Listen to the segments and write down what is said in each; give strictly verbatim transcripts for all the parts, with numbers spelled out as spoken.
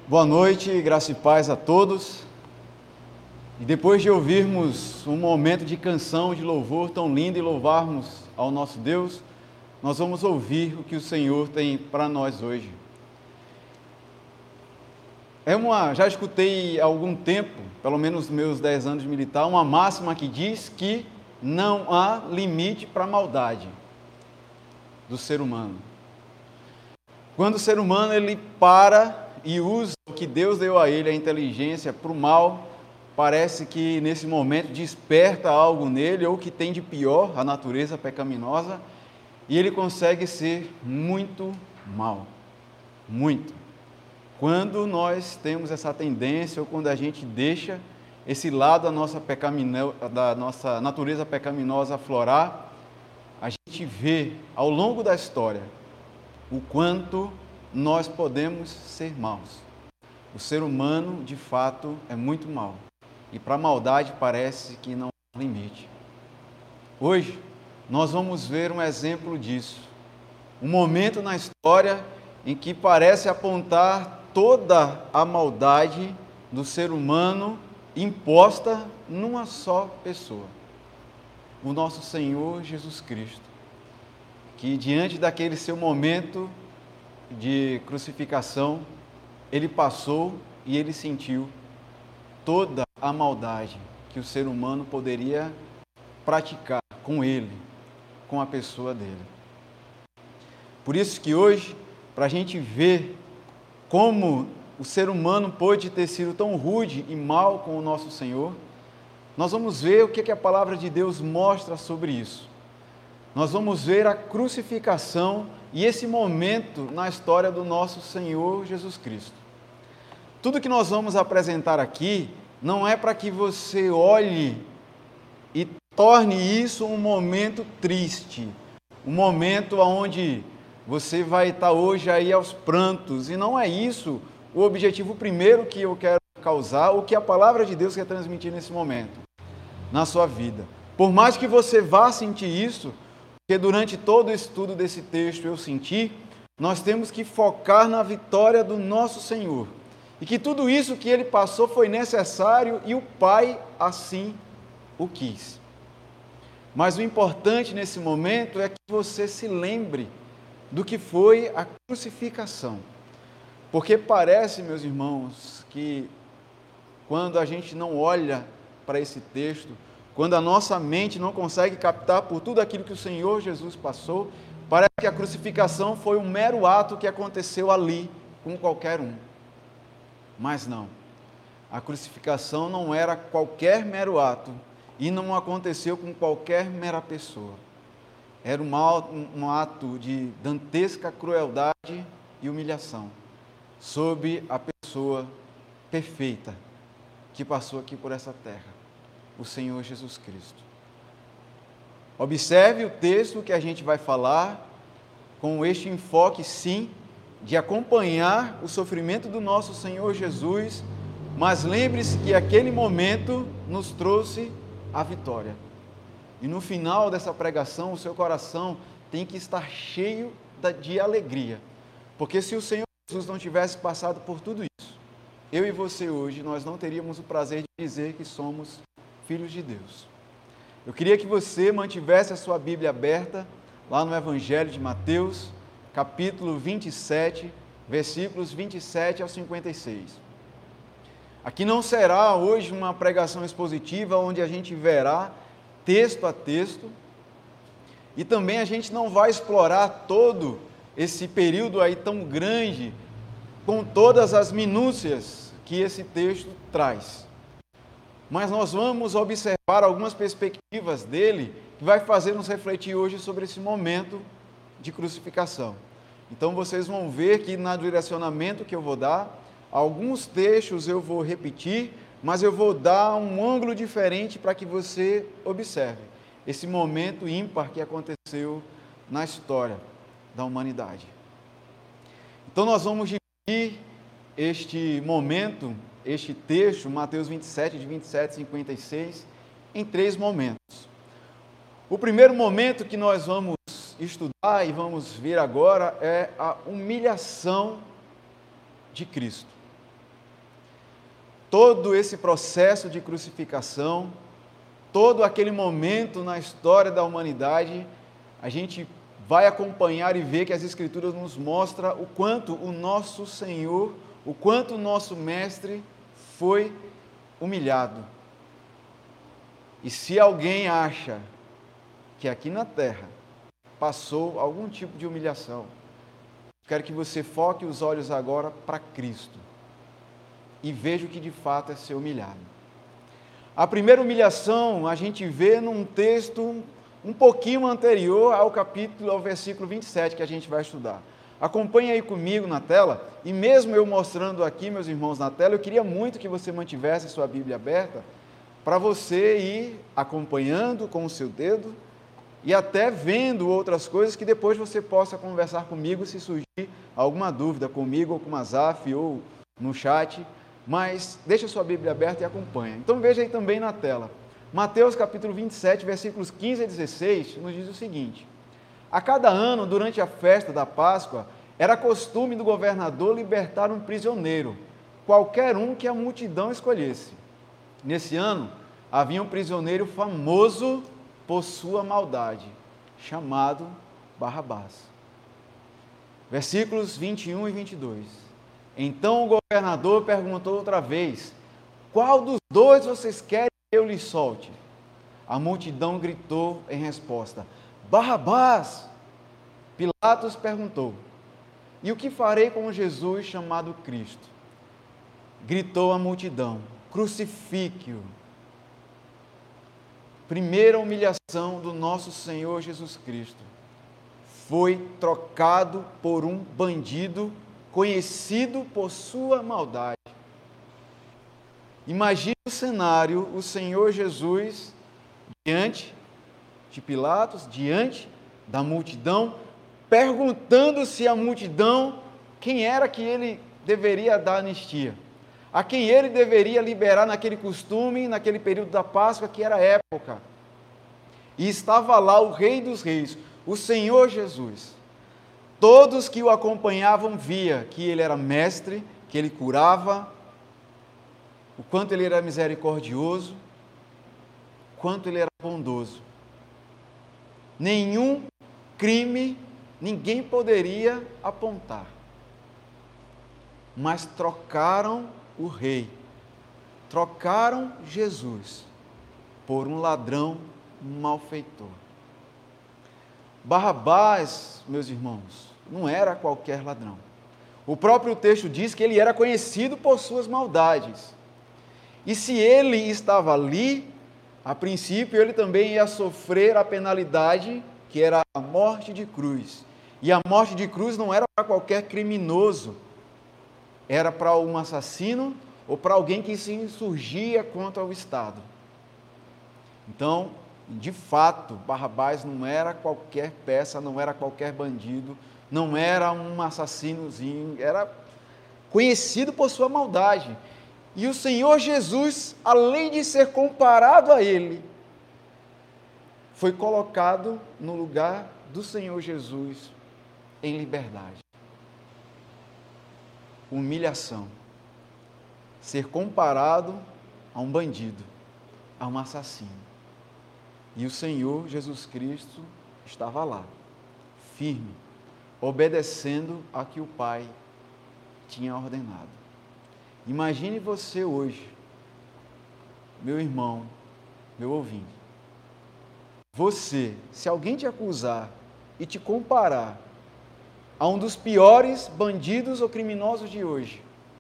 Boa noite, graça e paz a todos. E depois de ouvirmos um momento de canção, de louvor tão lindo e louvarmos ao nosso Deus, nós vamos ouvir o que o Senhor tem para nós hoje. É uma, já escutei há algum tempo, pelo menos nos meus dez anos de militar, uma máxima que diz que não há limite para a maldade do ser humano. Quando o ser humano ele para e usa o que Deus deu a ele, a inteligência, para o mal, parece que nesse momento desperta algo nele, ou que tem de pior, a natureza pecaminosa, e ele consegue ser muito mal, muito. Quando nós temos essa tendência, ou quando a gente deixa esse lado da nossa, pecamino, da nossa natureza pecaminosa aflorar, a gente vê ao longo da história o quanto nós podemos ser maus. O ser humano, de fato, é muito mau. E para a maldade parece que não há limite. Hoje, nós vamos ver um exemplo disso. Um momento na história em que parece apontar toda a maldade do ser humano imposta numa só pessoa. O nosso Senhor Jesus Cristo, que diante daquele seu momento de crucificação, ele passou e ele sentiu toda a maldade que o ser humano poderia praticar com ele, com a pessoa dele. Por isso que hoje, para a gente ver como o ser humano pôde ter sido tão rude e mau com o nosso Senhor, nós vamos ver o que a palavra de Deus mostra sobre isso. Nós vamos ver a crucificação e esse momento na história do nosso Senhor Jesus Cristo. Tudo que nós vamos apresentar aqui não é para que você olhe e torne isso um momento triste, um momento onde você vai estar hoje aí aos prantos, e não é isso o objetivo primeiro que eu quero causar, o que a palavra de Deus quer transmitir nesse momento, na sua vida. Por mais que você vá sentir isso, porque durante todo o estudo desse texto eu senti, nós temos que focar na vitória do nosso Senhor. E que tudo isso que ele passou foi necessário e o Pai assim o quis. Mas o importante nesse momento é que você se lembre do que foi a crucificação. Porque parece, meus irmãos, que quando a gente não olha para esse texto, quando a nossa mente não consegue captar por tudo aquilo que o Senhor Jesus passou, parece que a crucificação foi um mero ato que aconteceu ali, com qualquer um. Mas não. A crucificação não era qualquer mero ato e não aconteceu com qualquer mera pessoa. Era um ato de dantesca crueldade e humilhação sobre a pessoa perfeita que passou aqui por essa terra, o Senhor Jesus Cristo. Observe o texto que a gente vai falar com este enfoque, sim, de acompanhar o sofrimento do nosso Senhor Jesus, mas lembre-se que aquele momento nos trouxe a vitória. E no final dessa pregação, o seu coração tem que estar cheio de alegria, porque se o Senhor Jesus não tivesse passado por tudo isso, eu e você hoje, nós não teríamos o prazer de dizer que somos filhos de Deus. Eu queria que você mantivesse a sua Bíblia aberta, lá no Evangelho de Mateus, capítulo vinte e sete, versículos vinte e sete ao cinquenta e seis. Aqui não será hoje uma pregação expositiva, onde a gente verá texto a texto, e também a gente não vai explorar todo esse período aí tão grande, com todas as minúcias que esse texto traz. Mas nós vamos observar algumas perspectivas dele, que vai fazer nos refletir hoje sobre esse momento de crucificação. Então vocês vão ver que no direcionamento que eu vou dar, alguns textos eu vou repetir, mas eu vou dar um ângulo diferente para que você observe esse momento ímpar que aconteceu na história da humanidade. Então nós vamos dividir este momento, este texto, Mateus vinte e sete, de vinte e sete a cinquenta e seis, em três momentos. O primeiro momento que nós vamos estudar e vamos ver agora é a humilhação de Cristo. todo esse processo de crucificação, todo aquele momento na história da humanidade, a gente vai acompanhar e ver que as Escrituras nos mostram o quanto o nosso Senhor, o quanto o nosso Mestre foi humilhado. E se alguém acha que aqui na terra passou algum tipo de humilhação, quero que você foque os olhos agora para Cristo e veja o que de fato é ser humilhado. A primeira humilhação a gente vê num texto um pouquinho anterior ao capítulo, ao versículo vinte e sete que a gente vai estudar. Acompanhe aí comigo na tela, e mesmo eu mostrando aqui, meus irmãos, na tela, eu queria muito que você mantivesse sua Bíblia aberta, para você ir acompanhando com o seu dedo, e até vendo outras coisas que depois você possa conversar comigo, se surgir alguma dúvida comigo, ou com o Mazaf, ou no chat, mas deixa sua Bíblia aberta e acompanha. Então veja aí também na tela. Mateus capítulo vinte e sete, versículos quinze a dezesseis, nos diz o seguinte: a cada ano, durante a festa da Páscoa, era costume do governador libertar um prisioneiro, qualquer um que a multidão escolhesse. Nesse ano, havia um prisioneiro famoso por sua maldade, chamado Barrabás. Versículos vinte e um e vinte e dois. Então o governador perguntou outra vez: qual dos dois vocês querem que eu lhe solte? A multidão gritou em resposta: Barrabás! Pilatos perguntou: e o que farei com Jesus chamado Cristo? Gritou a multidão: crucifique-o. Primeira humilhação do nosso Senhor Jesus Cristo. Foi trocado por um bandido conhecido por sua maldade. Imagine o cenário, o Senhor Jesus diante de Pilatos, diante da multidão, perguntando se a multidão, quem era que ele deveria dar anistia, a quem ele deveria liberar naquele costume, naquele período da Páscoa, que era a época. E estava lá o Rei dos Reis, o Senhor Jesus. Todos que o acompanhavam via que ele era mestre, que ele curava, o quanto ele era misericordioso, o quanto ele era bondoso. Nenhum crime ninguém poderia apontar. Mas trocaram o rei, trocaram Jesus por um ladrão malfeitor. Barrabás, meus irmãos, não era qualquer ladrão. O próprio texto diz que ele era conhecido por suas maldades. E se ele estava ali, a princípio ele também ia sofrer a penalidade, que era a morte de cruz. E a morte de cruz não era para qualquer criminoso, era para um assassino ou para alguém que se insurgia contra o Estado. Então, de fato, Barrabás não era qualquer peça, não era qualquer bandido, não era um assassinozinho, era conhecido por sua maldade. E o Senhor Jesus, além de ser comparado a ele, foi colocado no lugar do Senhor Jesus em liberdade. Humilhação. Ser comparado a um bandido, a um assassino. E o Senhor Jesus Cristo estava lá, firme, obedecendo a que o Pai tinha ordenado. Imagine você hoje, meu irmão, meu ouvinte. Você, se alguém te acusar e te comparar a um dos piores bandidos ou criminosos de hoje,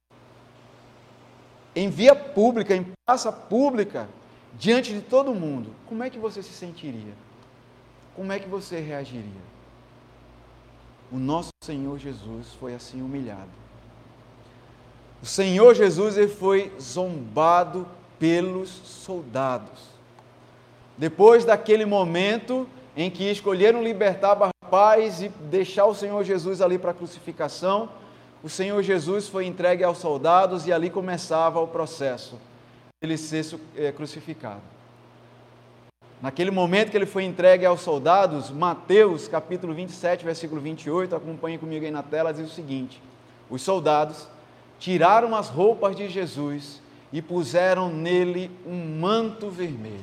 em via pública, em praça pública, diante de todo mundo, como é que você se sentiria? Como é que você reagiria? O nosso Senhor Jesus foi assim humilhado. O Senhor Jesus ele foi zombado pelos soldados. Depois daquele momento em que escolheram libertar Barrabás e deixar o Senhor Jesus ali para a crucificação, o Senhor Jesus foi entregue aos soldados e ali começava o processo de ele ser crucificado. Naquele momento que ele foi entregue aos soldados, Mateus capítulo vinte e sete, versículo vinte e oito, acompanhe comigo aí na tela, diz o seguinte: os soldados tiraram as roupas de Jesus e puseram nele um manto vermelho.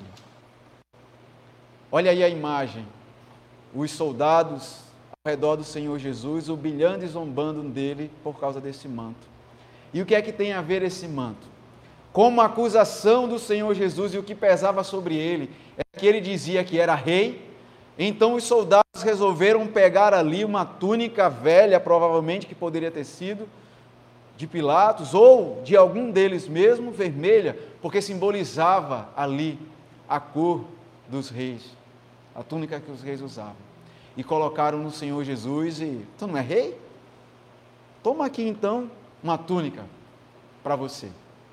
Olha aí a imagem, os soldados ao redor do Senhor Jesus, humilhando e zombando dele por causa desse manto. E o que é que tem a ver esse manto? Como a acusação do Senhor Jesus e o que pesava sobre ele é que ele dizia que era rei. Então os soldados resolveram pegar ali uma túnica velha, provavelmente que poderia ter sido de Pilatos ou de algum deles mesmo, vermelha, porque simbolizava ali a cor dos reis, a túnica que os reis usavam. E colocaram no Senhor Jesus e, tu não é rei? Toma aqui então uma túnica para você.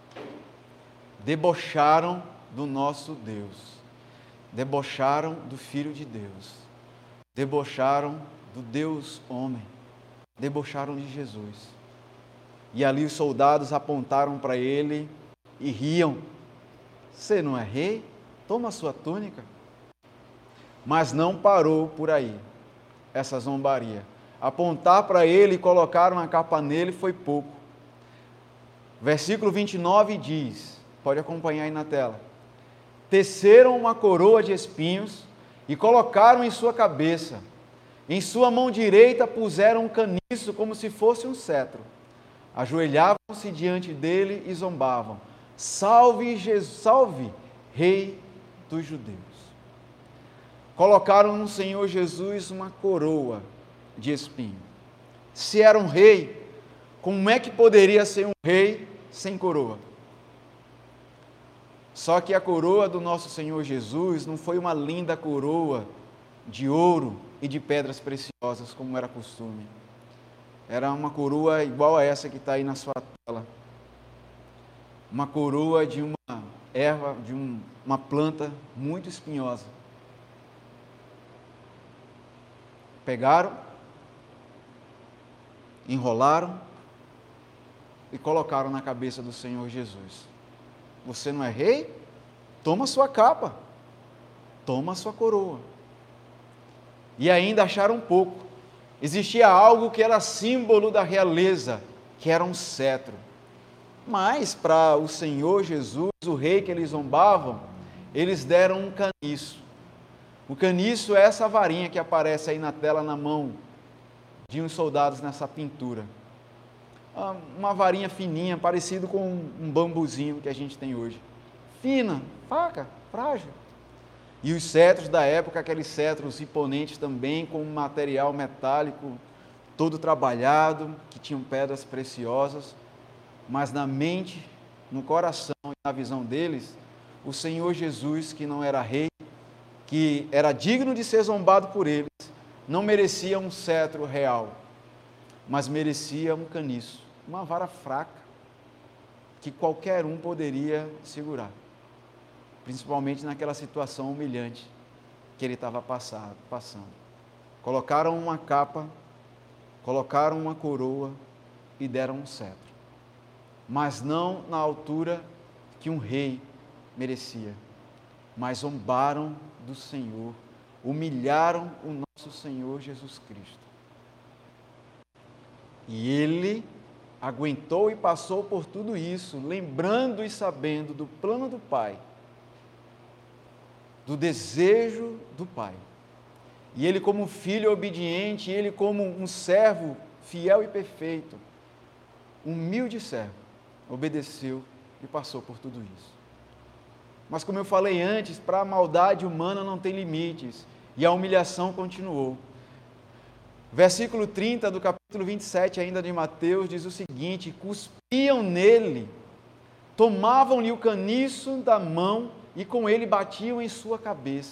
Debocharam do nosso Deus, debocharam do Filho de Deus, debocharam do Deus homem, debocharam de Jesus. E ali os soldados apontaram para ele e riam. Você não é rei? Toma a sua túnica. Mas não parou por aí, essa zombaria. Apontar para ele e colocar uma capa nele foi pouco. Versículo vinte e nove diz, pode acompanhar aí na tela: teceram uma coroa de espinhos e colocaram em sua cabeça. Em sua mão direita puseram um caniço como se fosse um cetro. Ajoelhavam-se diante dele e zombavam: salve Jesus, salve, Rei dos Judeus. Colocaram no Senhor Jesus uma coroa de espinho. Se era um rei, como é que poderia ser um rei sem coroa? Só que a coroa do nosso Senhor Jesus não foi uma linda coroa de ouro e de pedras preciosas, como era costume. Era uma coroa igual a essa que está aí na sua tela. Uma coroa de uma erva, de um, uma planta muito espinhosa. Pegaram, enrolaram e colocaram na cabeça do Senhor Jesus. Você não é rei? Toma sua capa, toma sua coroa. E ainda acharam um pouco. Existia algo que era símbolo da realeza, que era um cetro. Mas para o Senhor Jesus, o rei que eles zombavam, eles deram um caniço. O caniço é essa varinha que aparece aí na tela, na mão de uns soldados nessa pintura. Uma varinha fininha, parecido com um bambuzinho que a gente tem hoje. Fina, faca, frágil. E os cetros da época, aqueles cetros imponentes também, com um material metálico todo trabalhado, que tinham pedras preciosas. Mas na mente, no coração e na visão deles, o Senhor Jesus, que não era rei, que era digno de ser zombado por eles, não merecia um cetro real, mas merecia um caniço, uma vara fraca, que qualquer um poderia segurar, principalmente naquela situação humilhante que ele estava passando. Colocaram uma capa, colocaram uma coroa e deram um cetro, mas não na altura que um rei merecia, mas zombaram do Senhor, humilharam o nosso Senhor Jesus Cristo. E ele aguentou e passou por tudo isso, lembrando e sabendo do plano do Pai, do desejo do Pai. E ele, como filho obediente, ele como um servo fiel e perfeito, humilde servo, obedeceu e passou por tudo isso. Mas como eu falei antes, para a maldade humana não tem limites, e a humilhação continuou. Versículo trinta do capítulo vinte e sete ainda de Mateus diz o seguinte: cuspiam nele, tomavam-lhe o caniço da mão e com ele batiam em sua cabeça.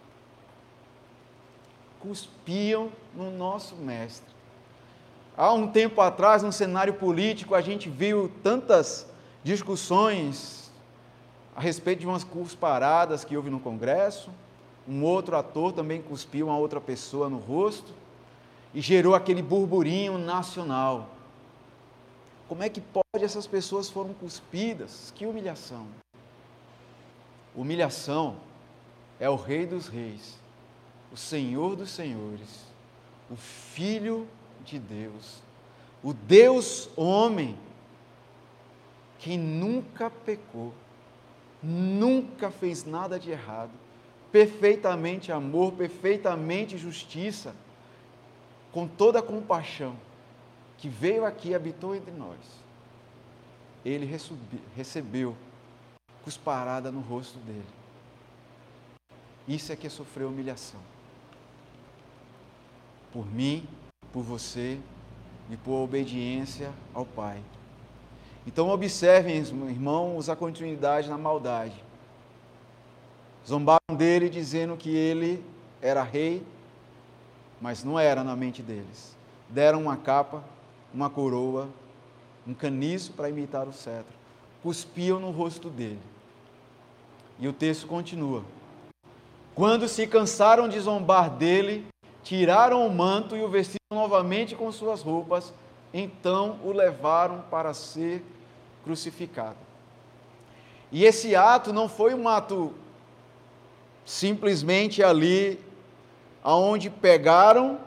Cuspiam no nosso mestre. Há um tempo atrás, no cenário político, a gente viu tantas discussões a respeito de umas cusparadas que houve no Congresso. Um outro ator também cuspiu uma outra pessoa no rosto e gerou aquele burburinho nacional. Como é que pode? Essas pessoas foram cuspidas? Que humilhação! Humilhação é o Rei dos Reis, o Senhor dos Senhores, o Filho de Deus, o Deus homem, quem nunca pecou, nunca fez nada de errado, perfeitamente amor, perfeitamente justiça, com toda a compaixão, que veio aqui e habitou entre nós, ele recebeu cusparada no rosto dele. Isso é que é sofrer humilhação. Por mim, por você e por obediência ao Pai. Então observem, irmãos, a continuidade na maldade. Zombaram dele dizendo que ele era rei, mas não era na mente deles. Deram uma capa, uma coroa, um caniço para imitar o cetro. Cuspiam no rosto dele. E o texto continua. Quando se cansaram de zombar dele, tiraram o manto e o vestiram novamente com suas roupas, então o levaram para ser crucificado. E esse ato não foi um ato simplesmente ali, aonde pegaram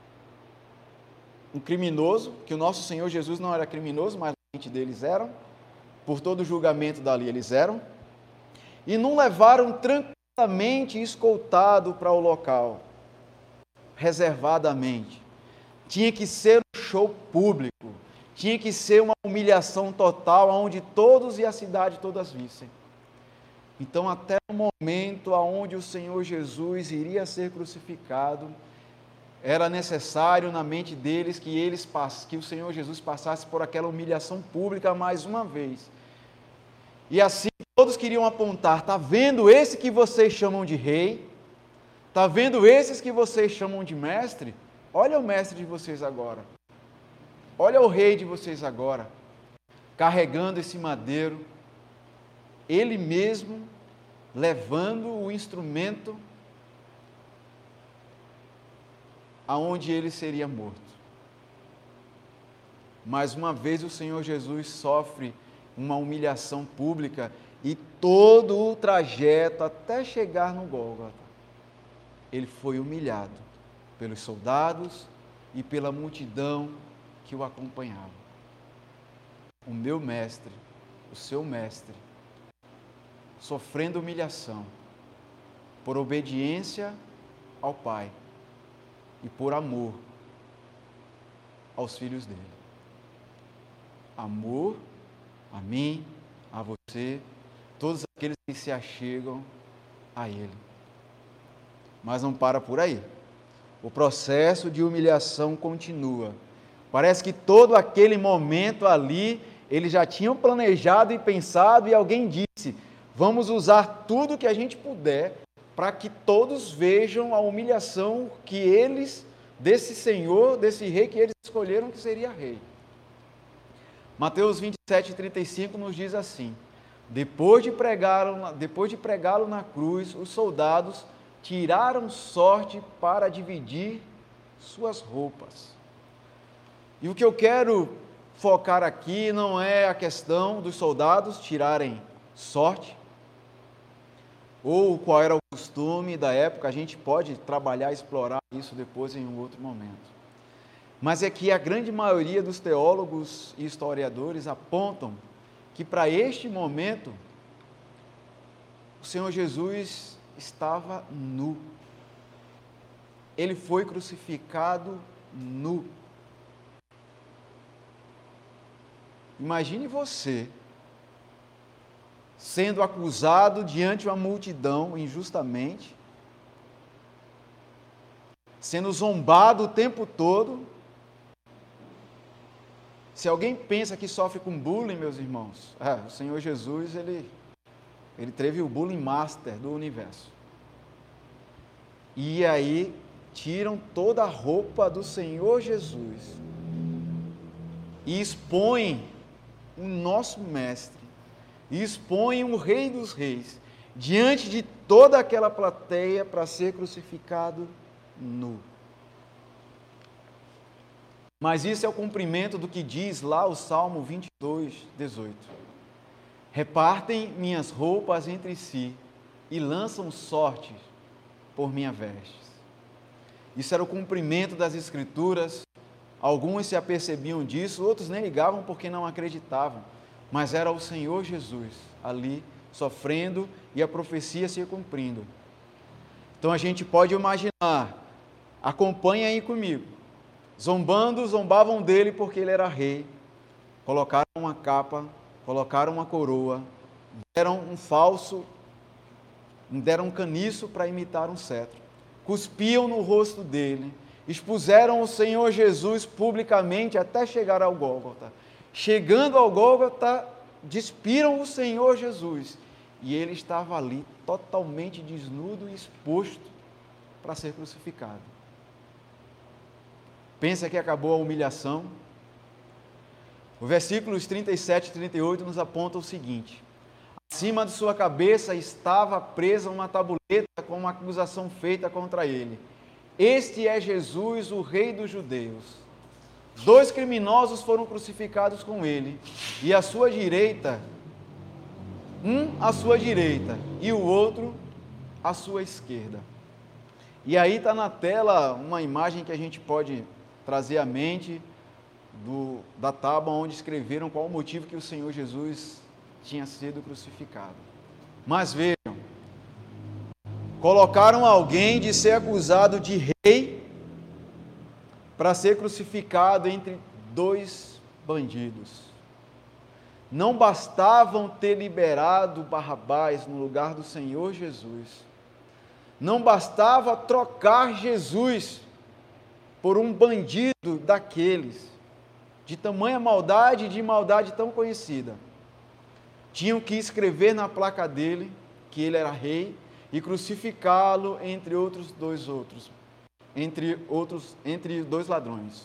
um criminoso, que o nosso Senhor Jesus não era criminoso, mas a mente deles eram, por todo o julgamento dali eles eram, e não levaram tranquilamente escoltado para o local, reservadamente. Tinha que ser um show público, tinha que ser uma humilhação total, onde todos e a cidade todas vissem. Então, até o momento onde o Senhor Jesus iria ser crucificado, era necessário na mente deles que, eles, que o Senhor Jesus passasse por aquela humilhação pública mais uma vez. E assim todos queriam apontar, está vendo esse que vocês chamam de rei? Está vendo esses que vocês chamam de mestre? Olha o mestre de vocês agora. Olha o rei de vocês agora, carregando esse madeiro, ele mesmo levando o instrumento aonde ele seria morto. Mais uma vez o Senhor Jesus sofre uma humilhação pública e todo o trajeto até chegar no Gólgota, ele foi humilhado pelos soldados e pela multidão que o acompanhava. O meu mestre, o seu mestre, sofrendo humilhação por obediência ao Pai e por amor aos filhos dele. Amor a mim, a você, todos aqueles que se achegam a ele. Mas não para por aí. O processo de humilhação continua. Parece que todo aquele momento ali, eles já tinham planejado e pensado, e alguém disse, vamos usar tudo que a gente puder para que todos vejam a humilhação que eles, desse Senhor, desse rei que eles escolheram que seria rei. Mateus vinte e sete, trinta e cinco nos diz assim, depois de pregá-lo, depois de pregá-lo na cruz, os soldados tiraram sorte para dividir suas roupas. E o que eu quero focar aqui não é a questão dos soldados tirarem sorte, ou qual era o costume da época, a gente pode trabalhar e explorar isso depois em um outro momento. Mas é que a grande maioria dos teólogos e historiadores apontam que para este momento, o Senhor Jesus estava nu. Ele foi crucificado nu. Imagine você sendo acusado diante de uma multidão injustamente, sendo zombado o tempo todo. Se alguém pensa que sofre com bullying, meus irmãos, é, o Senhor Jesus, ele, ele teve o bullying master do universo. E aí, tiram toda a roupa do Senhor Jesus e expõem o nosso mestre, e expõem o Rei dos Reis, diante de toda aquela plateia para ser crucificado nu. Mas isso é o cumprimento do que diz lá o Salmo vinte e dois, dezoito. Repartem minhas roupas entre si e lançam sorte por minha veste. Isso era o cumprimento das Escrituras. Alguns se apercebiam disso, outros nem ligavam porque não acreditavam. mas era o Senhor Jesus ali sofrendo e a profecia se cumprindo. Então a gente pode imaginar, acompanha aí comigo, zombando, zombavam dele porque ele era rei, colocaram uma capa, colocaram uma coroa, deram um falso, deram um caniço para imitar um cetro, cuspiam no rosto dele, expuseram o Senhor Jesus publicamente até chegar ao Gólgota. Chegando ao Gólgota, despiram o Senhor Jesus, e ele estava ali totalmente desnudo e exposto para ser crucificado. Pensa que acabou a humilhação? Os versículos trinta e sete e trinta e oito nos apontam o seguinte: acima de sua cabeça estava presa uma tabuleta com uma acusação feita contra ele. Este é Jesus, o Rei dos Judeus. Dois criminosos foram crucificados com ele, e à sua direita, um à sua direita e o outro à sua esquerda. E aí está na tela uma imagem que a gente pode trazer à mente do, da tábua onde escreveram qual o motivo que o Senhor Jesus tinha sido crucificado. Mas vejam, colocaram alguém de ser acusado de rei para ser crucificado entre dois bandidos. Não bastavam ter liberado Barrabás no lugar do Senhor Jesus. Não bastava trocar Jesus por um bandido daqueles, de tamanha maldade e de maldade tão conhecida. Tinham que escrever na placa dele que ele era rei e crucificá-lo entre outros dois outros, entre outros, entre dois ladrões.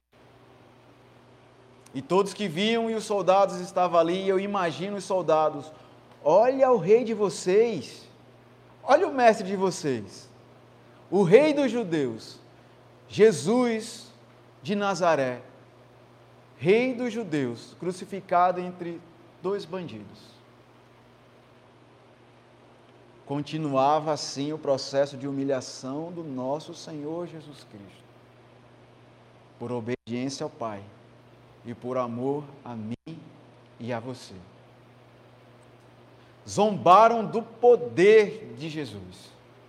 E todos que viam e os soldados estavam ali, e eu imagino os soldados: olha o rei de vocês, olha o mestre de vocês, o rei dos judeus, Jesus de Nazaré, rei dos judeus, crucificado entre dois bandidos. Continuava assim o processo de humilhação do nosso Senhor Jesus Cristo, por obediência ao Pai e por amor a mim e a você. Zombaram do poder de Jesus.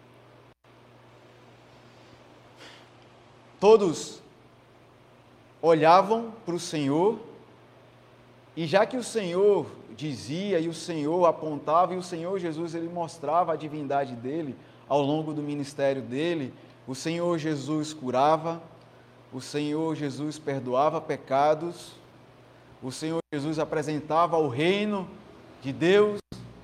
Todos olhavam para o Senhor, e já que o Senhor dizia e o Senhor apontava e o Senhor Jesus ele mostrava a divindade dele ao longo do ministério dele, o Senhor Jesus curava, o Senhor Jesus perdoava pecados, o Senhor Jesus apresentava o reino de Deus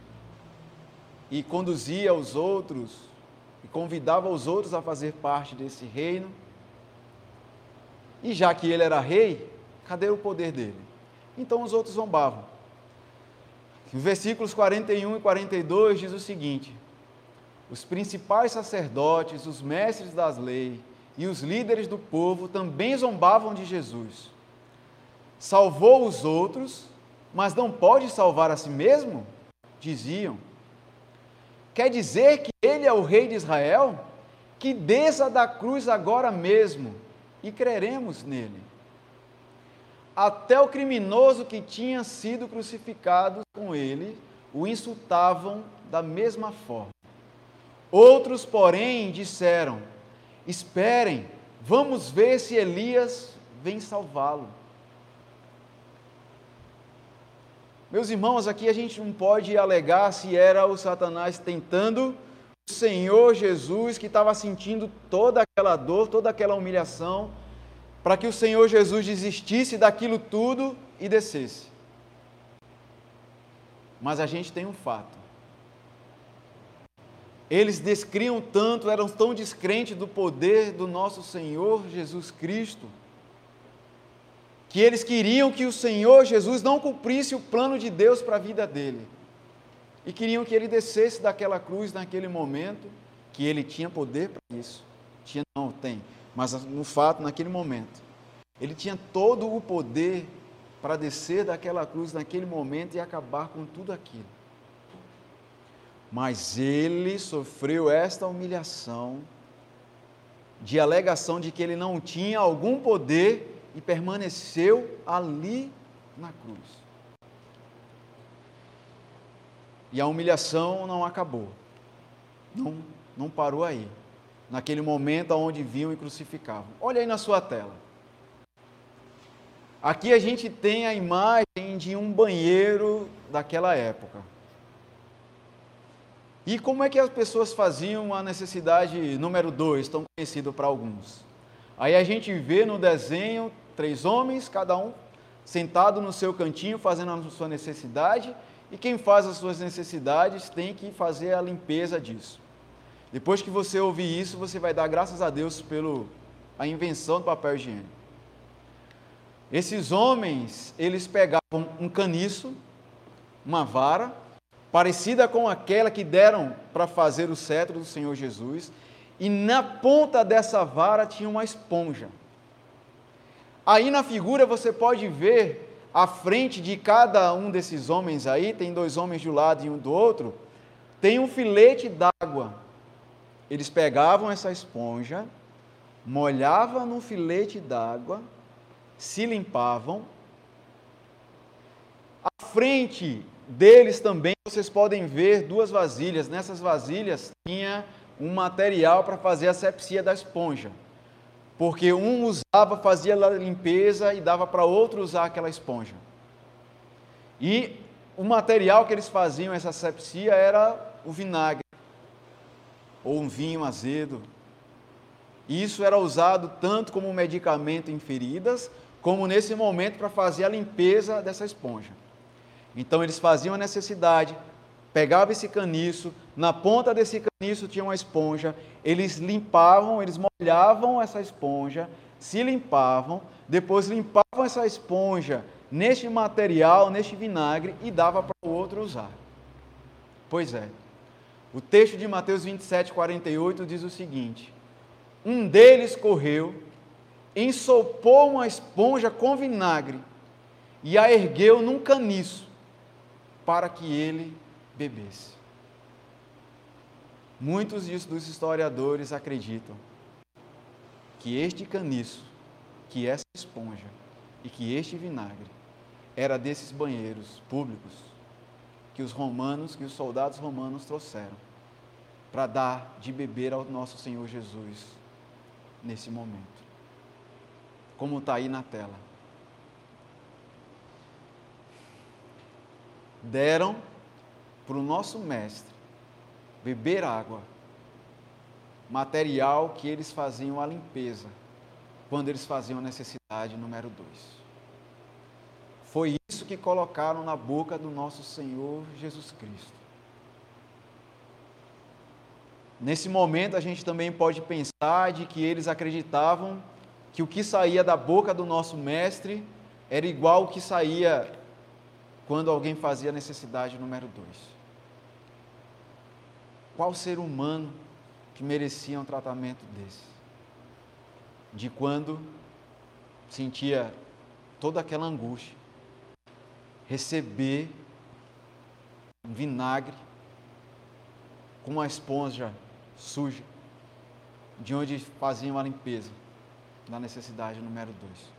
e conduzia os outros e convidava os outros a fazer parte desse reino. E já que ele era rei, cadê o poder dele? Então os outros zombavam. Nos versículos quarenta e um e quarenta e dois diz o seguinte: os principais sacerdotes, os mestres das leis e os líderes do povo também zombavam de Jesus. Salvou os outros, mas não pode salvar a si mesmo? Diziam. Quer dizer que ele é o rei de Israel? Que desça da cruz agora mesmo e creremos nele. Até o criminoso que tinha sido crucificado com ele, o insultavam da mesma forma. Outros, porém, disseram: esperem, vamos ver se Elias vem salvá-lo. Meus irmãos, aqui a gente não pode alegar se era o Satanás tentando o Senhor Jesus, que estava sentindo toda aquela dor, toda aquela humilhação, para que o Senhor Jesus desistisse daquilo tudo e descesse. Mas a gente tem um fato. Eles descriam tanto, eram tão descrentes do poder do nosso Senhor Jesus Cristo, que eles queriam que o Senhor Jesus não cumprisse o plano de Deus para a vida dele. E queriam que ele descesse daquela cruz naquele momento, que ele tinha poder para isso. Tinha, não, tem. Mas no fato, naquele momento, ele tinha todo o poder para descer daquela cruz naquele momento e acabar com tudo aquilo. Mas ele sofreu esta humilhação de alegação de que ele não tinha algum poder e permaneceu ali na cruz. E a humilhação não acabou. Não, não parou aí. Naquele momento onde viam e crucificavam. Olha aí na sua tela. Aqui a gente tem a imagem de um banheiro daquela época. E como é que as pessoas faziam a necessidade número dois, tão conhecido para alguns? Aí a gente vê no desenho três homens, cada um sentado no seu cantinho, fazendo a sua necessidade, e quem faz as suas necessidades tem que fazer a limpeza disso. Depois que você ouvir isso, você vai dar graças a Deus pela invenção do papel higiênico. Esses homens, eles pegavam um caniço, uma vara, parecida com aquela que deram para fazer o cetro do Senhor Jesus, e na ponta dessa vara tinha uma esponja. Aí na figura você pode ver, à frente de cada um desses homens aí, tem dois homens de um lado e um do outro, tem um filete d'água. Eles pegavam essa esponja, molhavam no filete d'água, se limpavam. À frente deles também vocês podem ver duas vasilhas. Nessas vasilhas tinha um material para fazer a asepsia da esponja. Porque um usava, fazia a limpeza e dava para outro usar aquela esponja. E o material que eles faziam essa asepsia era o vinagre, ou um vinho azedo. E isso era usado tanto como medicamento em feridas, como nesse momento para fazer a limpeza dessa esponja. Então eles faziam a necessidade, pegavam esse caniço, na ponta desse caniço tinha uma esponja, eles limpavam, eles molhavam essa esponja, se limpavam, depois limpavam essa esponja neste material, neste vinagre, e dava para o outro usar. Pois é, o texto de Mateus vinte e sete, quarenta e oito diz o seguinte: um deles correu, ensopou uma esponja com vinagre e a ergueu num caniço para que ele bebesse. Muitos dos historiadores acreditam que este caniço, que essa esponja e que este vinagre era desses banheiros públicos que os romanos, que os soldados romanos trouxeram para dar de beber ao nosso Senhor Jesus nesse momento. Como está aí na tela. Deram para o nosso mestre beber água, material que eles faziam a limpeza, quando eles faziam a necessidade número dois. Foi isso que colocaram na boca do nosso Senhor Jesus Cristo. Nesse momento a gente também pode pensar de que eles acreditavam que o que saía da boca do nosso mestre era igual ao que saía quando alguém fazia a necessidade número dois. Qual ser humano que merecia um tratamento desse? De quando sentia toda aquela angústia, receber um vinagre com uma esponja suja, de onde faziam a limpeza da necessidade número dois.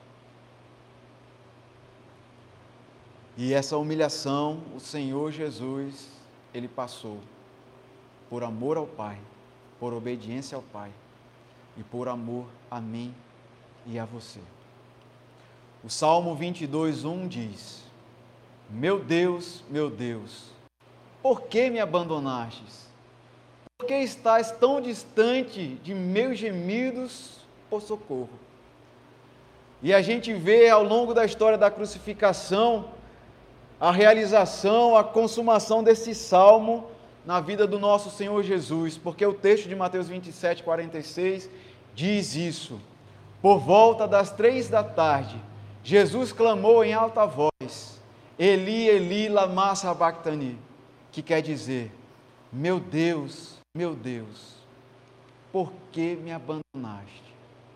E essa humilhação, o Senhor Jesus, Ele passou por amor ao Pai, por obediência ao Pai e por amor a mim e a você. O Salmo vinte e dois, um diz: meu Deus, meu Deus, por que me abandonastes? Por que estás tão distante de meus gemidos por socorro? E a gente vê ao longo da história da crucificação a realização, a consumação desse salmo na vida do nosso Senhor Jesus, porque o texto de Mateus vinte e sete, quarenta e seis diz isso: por volta das três da tarde, Jesus clamou em alta voz: Eli, Eli, lama sabachthani, que quer dizer: meu Deus, meu Deus, por que me abandonaste?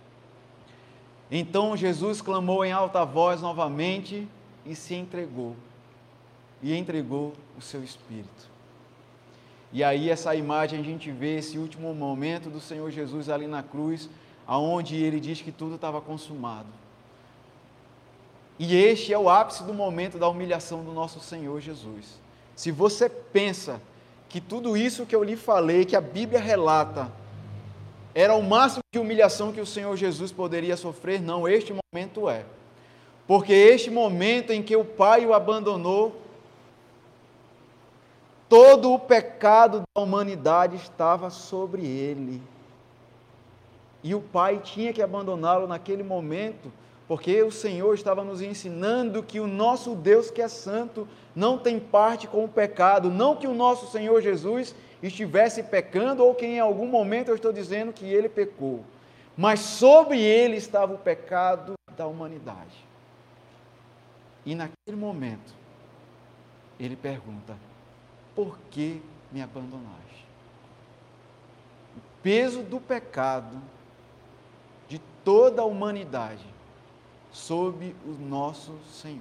Então Jesus clamou em alta voz novamente e se entregou, e entregou o seu espírito. E aí essa imagem a gente vê esse último momento do Senhor Jesus ali na cruz, aonde ele diz que tudo estava consumado. E este é o ápice do momento da humilhação do nosso Senhor Jesus. Se você pensa que tudo isso que eu lhe falei, que a Bíblia relata, era o máximo de humilhação que o Senhor Jesus poderia sofrer, não, este momento é. Porque este momento em que o Pai o abandonou, todo o pecado da humanidade estava sobre ele. E o Pai tinha que abandoná-lo naquele momento, porque o Senhor estava nos ensinando que o nosso Deus, que é santo, não tem parte com o pecado. Não que o nosso Senhor Jesus estivesse pecando, ou que em algum momento eu estou dizendo que ele pecou, mas sobre ele estava o pecado da humanidade. E naquele momento, ele pergunta: por que me abandonaste? O peso do pecado de toda a humanidade sob o nosso Senhor.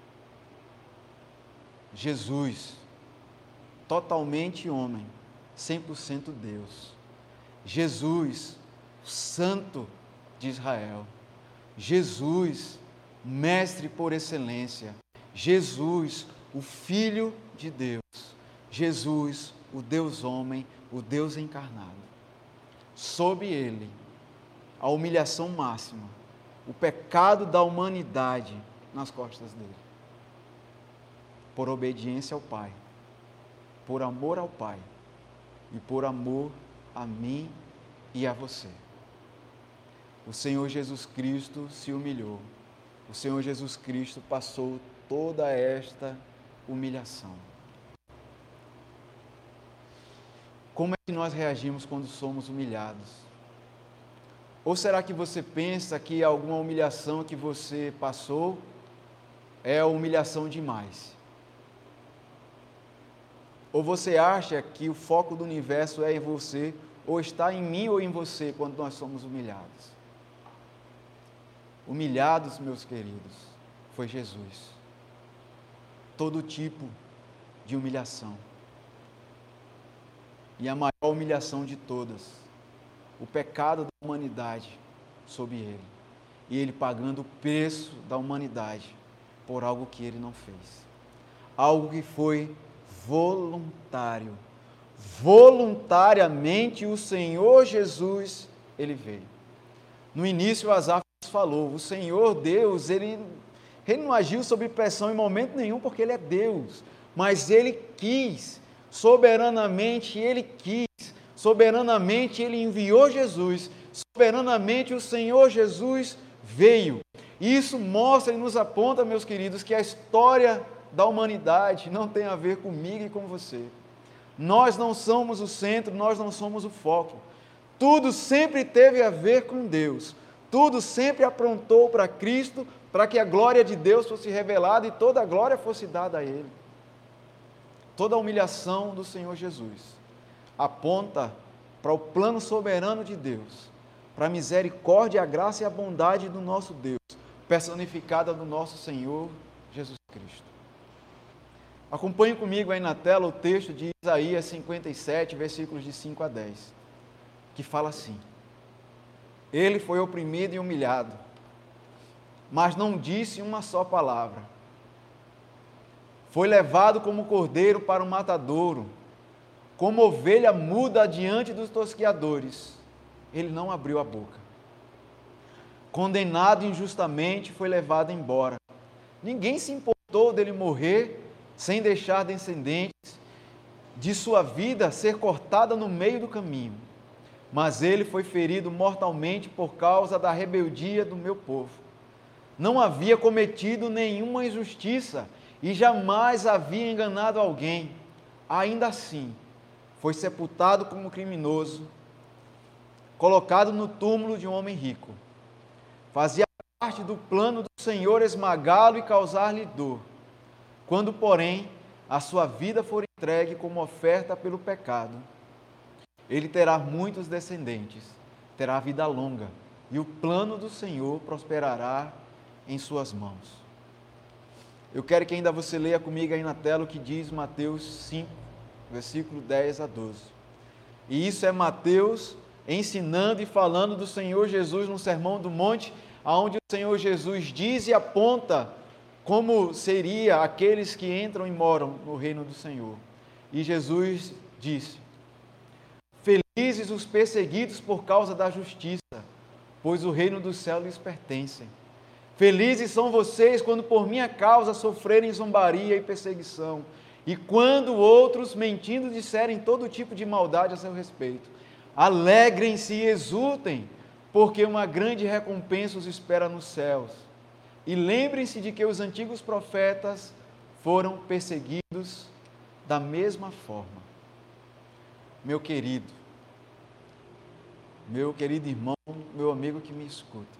Jesus, totalmente homem, cem por cento Deus. Jesus, Santo de Israel. Jesus, Mestre por excelência. Jesus, o Filho de Deus. Jesus, o Deus homem, o Deus encarnado. Sob ele, a humilhação máxima, o pecado da humanidade nas costas dele. Por obediência ao Pai, por amor ao Pai e por amor a mim e a você. O Senhor Jesus Cristo se humilhou. O Senhor Jesus Cristo passou toda esta humilhação. Como é que nós reagimos quando somos humilhados? Ou será que você pensa que alguma humilhação que você passou é humilhação demais? Ou você acha que o foco do universo é em você, ou está em mim ou em você quando nós somos humilhados? Humilhados, meus queridos, foi Jesus. Todo tipo de humilhação. E a maior humilhação de todas, o pecado da humanidade sobre ele. E ele pagando o preço da humanidade por algo que ele não fez. Algo que foi voluntário. Voluntariamente o Senhor Jesus, ele veio. No início, Asaf falou, o Senhor Deus, ele, ele não agiu sob pressão em momento nenhum, porque ele é Deus. Mas ele quis, soberanamente ele quis, soberanamente ele enviou Jesus, soberanamente o Senhor Jesus veio. Isso mostra e nos aponta, meus queridos, que a história da humanidade não tem a ver comigo e com você. Nós não somos o centro, nós não somos o foco. Tudo sempre teve a ver com Deus. Tudo sempre aprontou para Cristo, para que a glória de Deus fosse revelada e toda a glória fosse dada a Ele. Toda a humilhação do Senhor Jesus aponta para o plano soberano de Deus, para a misericórdia, a graça e a bondade do nosso Deus, personificada no nosso Senhor Jesus Cristo. Acompanhe comigo aí na tela o texto de Isaías cinquenta e sete, versículos de cinco a dez, que fala assim: Ele foi oprimido e humilhado, mas não disse uma só palavra. Foi levado como cordeiro para o matadouro, como ovelha muda diante dos tosquiadores. Ele não abriu a boca. Condenado injustamente, foi levado embora. Ninguém se importou dele morrer sem deixar descendentes, de sua vida ser cortada no meio do caminho. Mas ele foi ferido mortalmente por causa da rebeldia do meu povo. Não havia cometido nenhuma injustiça e jamais havia enganado alguém. Ainda assim, foi sepultado como criminoso, colocado no túmulo de um homem rico. Fazia parte do plano do Senhor esmagá-lo e causar-lhe dor. Quando, porém, a sua vida for entregue como oferta pelo pecado, ele terá muitos descendentes, terá vida longa, e o plano do Senhor prosperará em suas mãos. Eu quero que ainda você leia comigo aí na tela o que diz Mateus cinco, versículo dez a doze. E isso é Mateus ensinando e falando do Senhor Jesus no Sermão do Monte, onde o Senhor Jesus diz e aponta como seria aqueles que entram e moram no reino do Senhor. E Jesus disse: felizes os perseguidos por causa da justiça, pois o reino do céu lhes pertence. Felizes são vocês quando por minha causa sofrerem zombaria e perseguição, e quando outros, mentindo, disserem todo tipo de maldade a seu respeito. Alegrem-se e exultem, porque uma grande recompensa os espera nos céus. E lembrem-se de que os antigos profetas foram perseguidos da mesma forma. Meu querido, meu querido irmão, meu amigo que me escuta,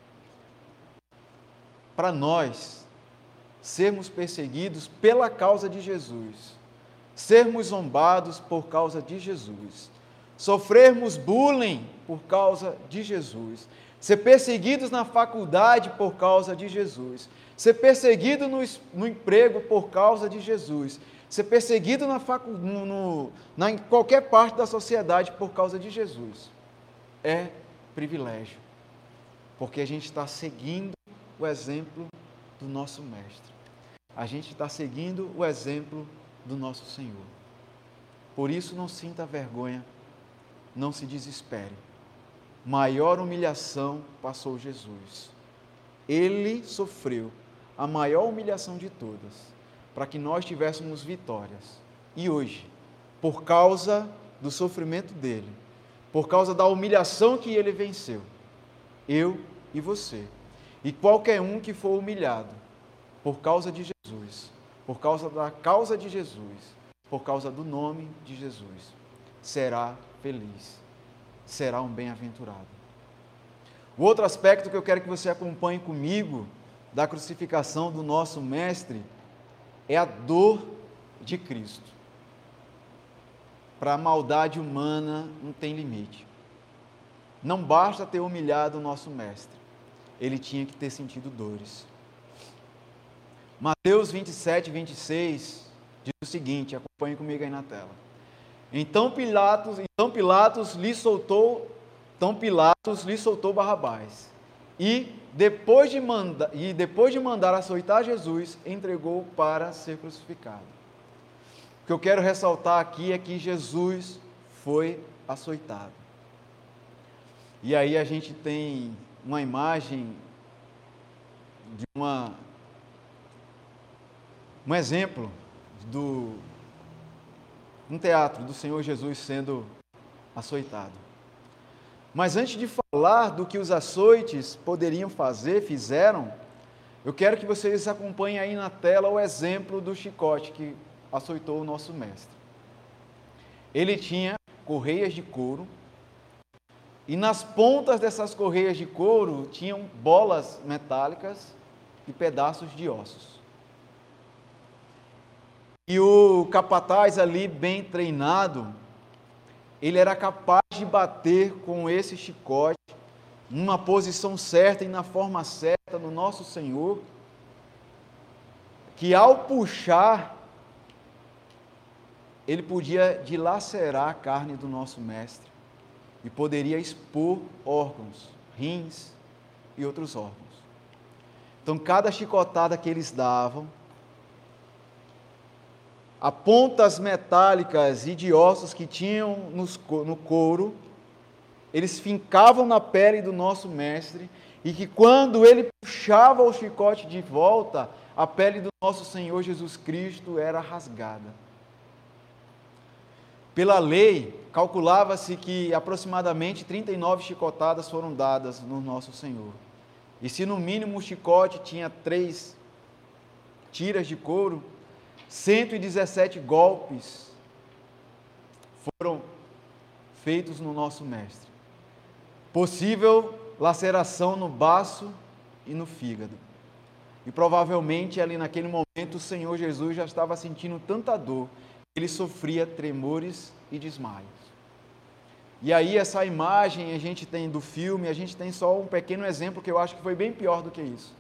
para nós sermos perseguidos pela causa de Jesus, sermos zombados por causa de Jesus, sofrermos bullying por causa de Jesus, ser perseguidos na faculdade por causa de Jesus, ser perseguido no, no emprego por causa de Jesus, ser perseguido na facu, no, no, na, em qualquer parte da sociedade por causa de Jesus, é privilégio, porque a gente está seguindo o exemplo do nosso Mestre. A gente está seguindo o exemplo do nosso Senhor. Por isso, não sinta vergonha, não se desespere. Maior humilhação passou Jesus. Ele sofreu a maior humilhação de todas, para que nós tivéssemos vitórias. E hoje, por causa do sofrimento dele, por causa da humilhação que ele venceu, eu e você, e qualquer um que for humilhado, por causa de Jesus, por causa da causa de Jesus, por causa do nome de Jesus, será feliz, será um bem-aventurado. O outro aspecto que eu quero que você acompanhe comigo, da crucificação do nosso Mestre, é a dor de Cristo. Para a maldade humana não tem limite. Não basta ter humilhado o nosso Mestre, ele tinha que ter sentido dores. Mateus vinte e sete, vinte e seis diz o seguinte, acompanhe comigo aí na tela. Então Pilatos, então Pilatos lhe soltou, então Pilatos lhe soltou Barrabás. E depois de mandar, e depois de mandar açoitar Jesus, entregou para ser crucificado. O que eu quero ressaltar aqui é que Jesus foi açoitado. E aí a gente tem uma imagem de uma um exemplo do um teatro do Senhor Jesus sendo açoitado. Mas antes de falar do que os açoites poderiam fazer, fizeram, eu quero que vocês acompanhem aí na tela o exemplo do chicote que açoitou o nosso Mestre. Ele tinha correias de couro, e nas pontas dessas correias de couro tinham bolas metálicas e pedaços de ossos. E o capataz ali, bem treinado, ele era capaz de bater com esse chicote, numa posição certa e na forma certa no nosso Senhor, que ao puxar, ele podia dilacerar a carne do nosso Mestre e poderia expor órgãos, rins e outros órgãos. Então, cada chicotada que eles davam, a pontas metálicas e de ossos que tinham no couro, eles fincavam na pele do nosso Mestre, e que quando ele puxava o chicote de volta, a pele do nosso Senhor Jesus Cristo era rasgada. Pela lei, calculava-se que aproximadamente trinta e nove chicotadas foram dadas no nosso Senhor. E se no mínimo o chicote tinha três tiras de couro, cento e dezessete golpes foram feitos no nosso Mestre. Possível laceração no baço e no fígado. E provavelmente ali naquele momento o Senhor Jesus já estava sentindo tanta dor, ele sofria tremores e desmaios. E aí essa imagem a gente tem do filme, a gente tem só um pequeno exemplo que eu acho que foi bem pior do que isso.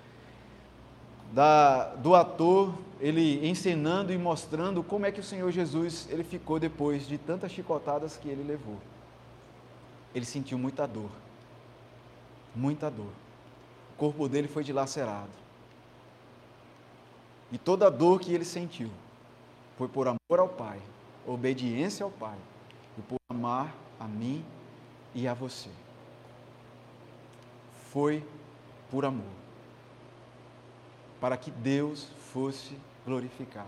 Da, do ator, ele encenando e mostrando como é que o Senhor Jesus ele ficou depois de tantas chicotadas que ele levou. Ele sentiu muita dor, muita dor. O corpo dele foi dilacerado. E toda a dor que ele sentiu foi por amor ao Pai, obediência ao Pai, e por amar a mim e a você. Foi por amor, para que Deus fosse glorificado.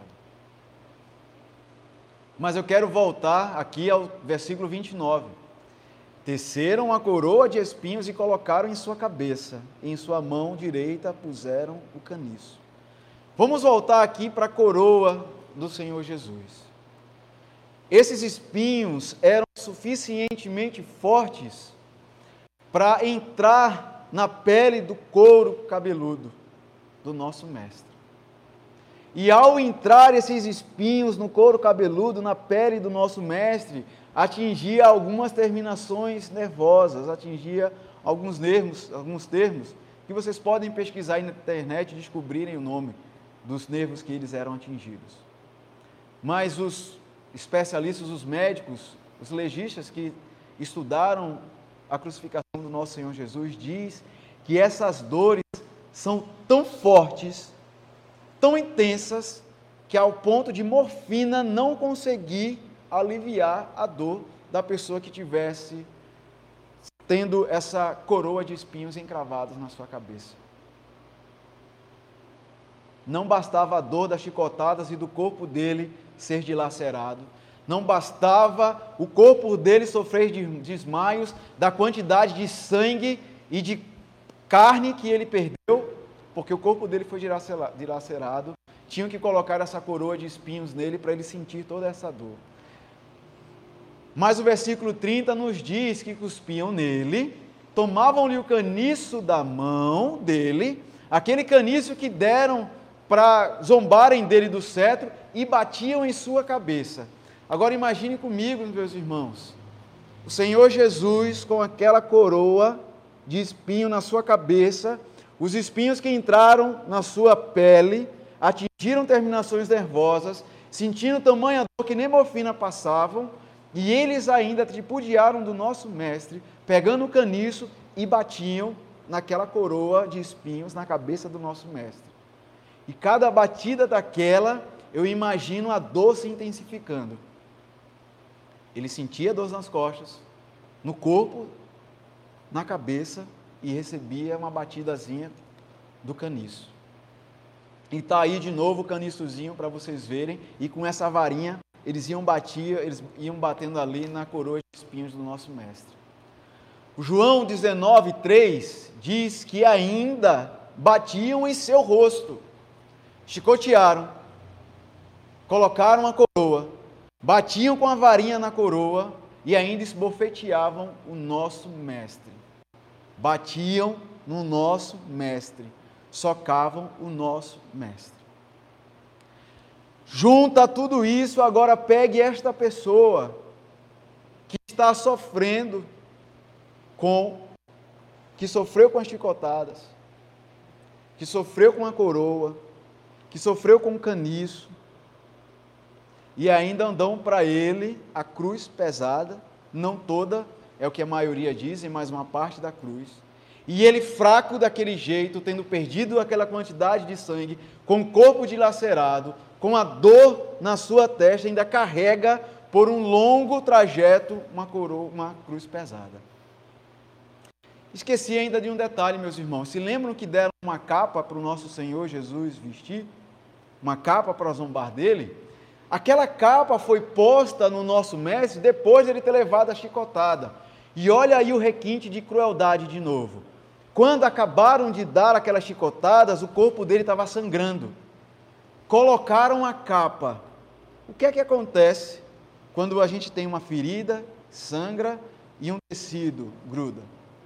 Mas eu quero voltar aqui ao versículo vinte e nove. Teceram a coroa de espinhos e colocaram em sua cabeça, e em sua mão direita puseram o caniço. Vamos voltar aqui para a coroa do Senhor Jesus. Esses espinhos eram suficientemente fortes para entrar na pele do couro cabeludo do nosso mestre. E ao entrar esses espinhos no couro cabeludo, na pele do nosso mestre, atingia algumas terminações nervosas, atingia alguns nervos, alguns termos, que vocês podem pesquisar aí na internet e descobrirem o nome dos nervos que eles eram atingidos. Mas os especialistas, os médicos, os legistas que estudaram a crucificação do nosso Senhor Jesus, diz que essas dores são tão fortes, tão intensas, que ao ponto de morfina não conseguir aliviar a dor da pessoa que tivesse tendo essa coroa de espinhos encravados na sua cabeça. Não bastava a dor das chicotadas e do corpo dele ser dilacerado, não bastava o corpo dele sofrer de desmaios da quantidade de sangue e de carne que ele perdeu, porque o corpo dele foi dilacerado, tinham que colocar essa coroa de espinhos nele para ele sentir toda essa dor. Mas o versículo trinta nos diz que cuspiam nele, tomavam-lhe o caniço da mão dele, aquele caniço que deram para zombarem dele do cetro, e batiam em sua cabeça. Agora imagine comigo, meus irmãos, o Senhor Jesus com aquela coroa de espinho na sua cabeça, os espinhos que entraram na sua pele, atingiram terminações nervosas, sentindo tamanha dor que nem morfina passavam, e eles ainda tripudiaram do nosso mestre, pegando o caniço e batiam naquela coroa de espinhos na cabeça do nosso mestre. E cada batida daquela, eu imagino a dor se intensificando. Ele sentia dor nas costas, no corpo, na cabeça, e recebia uma batidazinha do caniço. E está aí de novo o caniçozinho para vocês verem, e com essa varinha, eles iam, batia, eles iam batendo ali na coroa de espinhos do nosso mestre. O João dezenove, três diz que ainda batiam em seu rosto, chicotearam, colocaram a coroa, batiam com a varinha na coroa e ainda esbofeteavam o nosso mestre. Batiam no nosso mestre, socavam o nosso mestre. Junta tudo isso, agora pegue esta pessoa que está sofrendo com, que sofreu com as chicotadas, que sofreu com a coroa, que sofreu com o caniço, e ainda dão para ele a cruz pesada, não toda, é o que a maioria dizem, mas uma parte da cruz. E ele fraco daquele jeito, tendo perdido aquela quantidade de sangue, com o corpo dilacerado, com a dor na sua testa, ainda carrega por um longo trajeto uma coroa, uma cruz pesada. Esqueci ainda de um detalhe, meus irmãos. Se lembram que deram uma capa para o nosso Senhor Jesus vestir? Uma capa para zombar dele? Aquela capa foi posta no nosso mestre depois de ele ter levado a chicotada. E olha aí o requinte de crueldade de novo. Quando acabaram de dar aquelas chicotadas, o corpo dele estava sangrando. Colocaram a capa. O que é que acontece quando a gente tem uma ferida, sangra e um tecido gruda?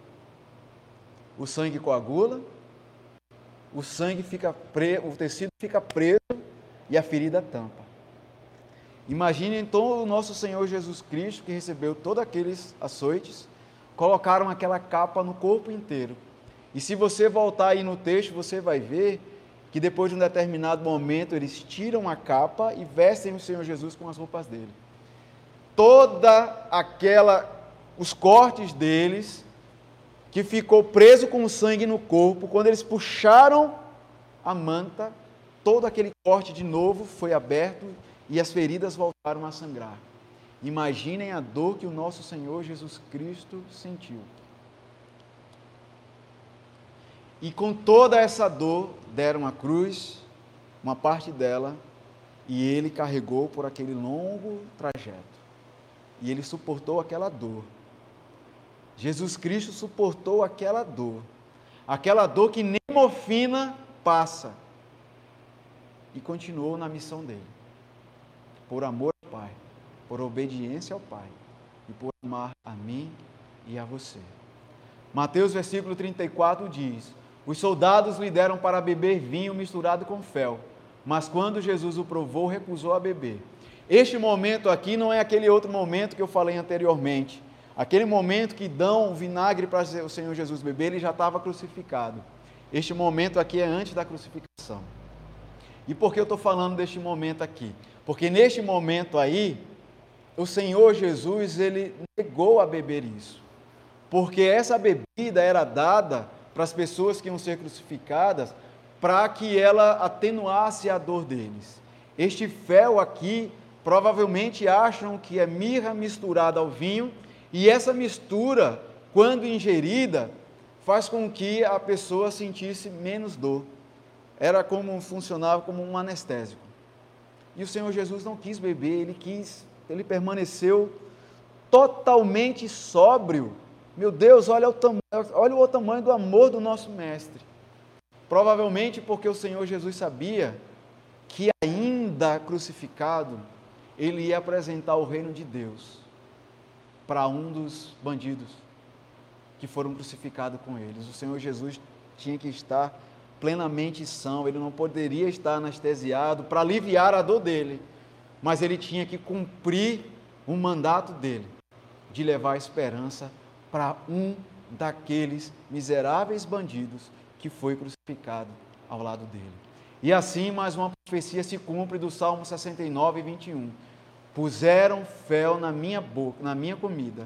O sangue coagula, o sangue fica preso, o tecido fica preso e a ferida tampa. Imagine então o nosso Senhor Jesus Cristo, que recebeu todos aqueles açoites, colocaram aquela capa no corpo inteiro. E se você voltar aí no texto, você vai ver que depois de um determinado momento, eles tiram a capa e vestem o Senhor Jesus com as roupas dele. Toda aquela, os cortes deles, que ficou preso com o sangue no corpo, quando eles puxaram a manta, todo aquele corte de novo foi aberto e as feridas voltaram a sangrar. Imaginem a dor que o nosso Senhor Jesus Cristo sentiu. E com toda essa dor, deram a cruz, uma parte dela, e ele carregou por aquele longo trajeto. E ele suportou aquela dor. Jesus Cristo suportou aquela dor. Aquela dor que nem morfina passa. E continuou na missão dele. Por amor ao Pai, por obediência ao Pai e por amar a mim e a você. Mateus versículo trinta e quatro diz: os soldados lhe deram para beber vinho misturado com fel, mas quando Jesus o provou, recusou a beber. Este momento aqui não é aquele outro momento que eu falei anteriormente. Aquele momento que dão vinagre para o Senhor Jesus beber, ele já estava crucificado. Este momento aqui é antes da crucificação. E por que eu estou falando deste momento aqui? Porque neste momento aí, o Senhor Jesus, ele negou a beber isso. Porque essa bebida era dada para as pessoas que iam ser crucificadas, para que ela atenuasse a dor deles. Este fel aqui, provavelmente acham que é mirra misturada ao vinho, e essa mistura, quando ingerida, faz com que a pessoa sentisse menos dor. Era como, funcionava como um anestésico. E o Senhor Jesus não quis beber, ele quis, ele permaneceu totalmente sóbrio. Meu Deus, olha o, tam, olha o tamanho do amor do nosso Mestre. Provavelmente porque o Senhor Jesus sabia que ainda crucificado, ele ia apresentar o reino de Deus para um dos bandidos que foram crucificados com eles. O Senhor Jesus tinha que estar plenamente são, ele não poderia estar anestesiado para aliviar a dor dele, mas ele tinha que cumprir o mandato dele, de levar esperança para um daqueles miseráveis bandidos que foi crucificado ao lado dele. E assim, mais uma profecia se cumpre do Salmo sessenta e nove, vinte e um. Puseram fel na minha boca, na minha comida,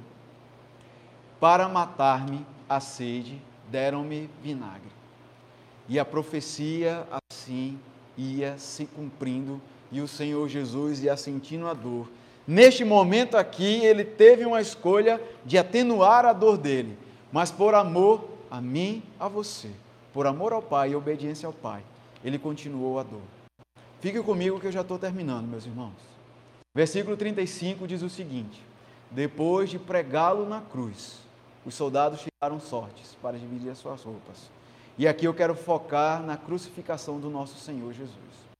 para matar-me a sede, deram-me vinagre. E a profecia assim ia se cumprindo, e o Senhor Jesus ia sentindo a dor. Neste momento aqui, ele teve uma escolha de atenuar a dor dele, mas por amor a mim, a você, por amor ao Pai e obediência ao Pai, ele continuou a dor. Fique comigo que eu já estou terminando, meus irmãos. Versículo trinta e cinco diz o seguinte: depois de pregá-lo na cruz, os soldados tiraram sortes para dividir as suas roupas. E aqui eu quero focar na crucificação do nosso Senhor Jesus.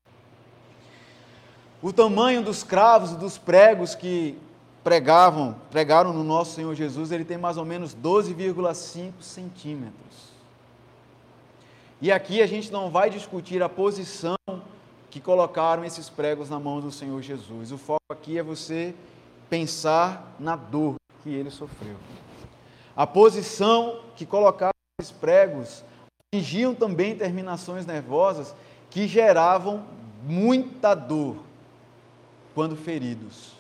O tamanho dos cravos, dos pregos que pregavam, pregaram no nosso Senhor Jesus, ele tem mais ou menos doze vírgula cinco centímetros. E aqui a gente não vai discutir a posição que colocaram esses pregos na mão do Senhor Jesus. O foco aqui é você pensar na dor que ele sofreu. A posição que colocaram esses pregos atingiam também terminações nervosas que geravam muita dor quando feridos.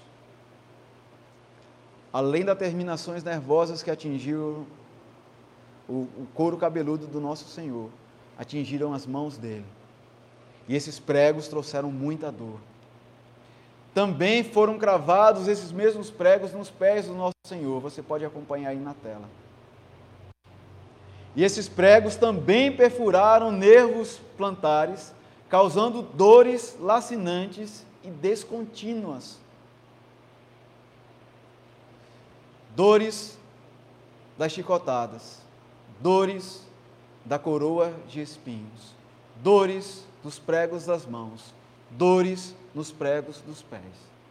Além das terminações nervosas que atingiram o, o couro cabeludo do nosso Senhor, atingiram as mãos dele. E esses pregos trouxeram muita dor. Também foram cravados esses mesmos pregos nos pés do nosso Senhor. Você pode acompanhar aí na tela. E esses pregos também perfuraram nervos plantares, causando dores lacinantes e descontínuas. Dores das chicotadas, dores da coroa de espinhos, dores dos pregos das mãos, dores nos pregos dos pés.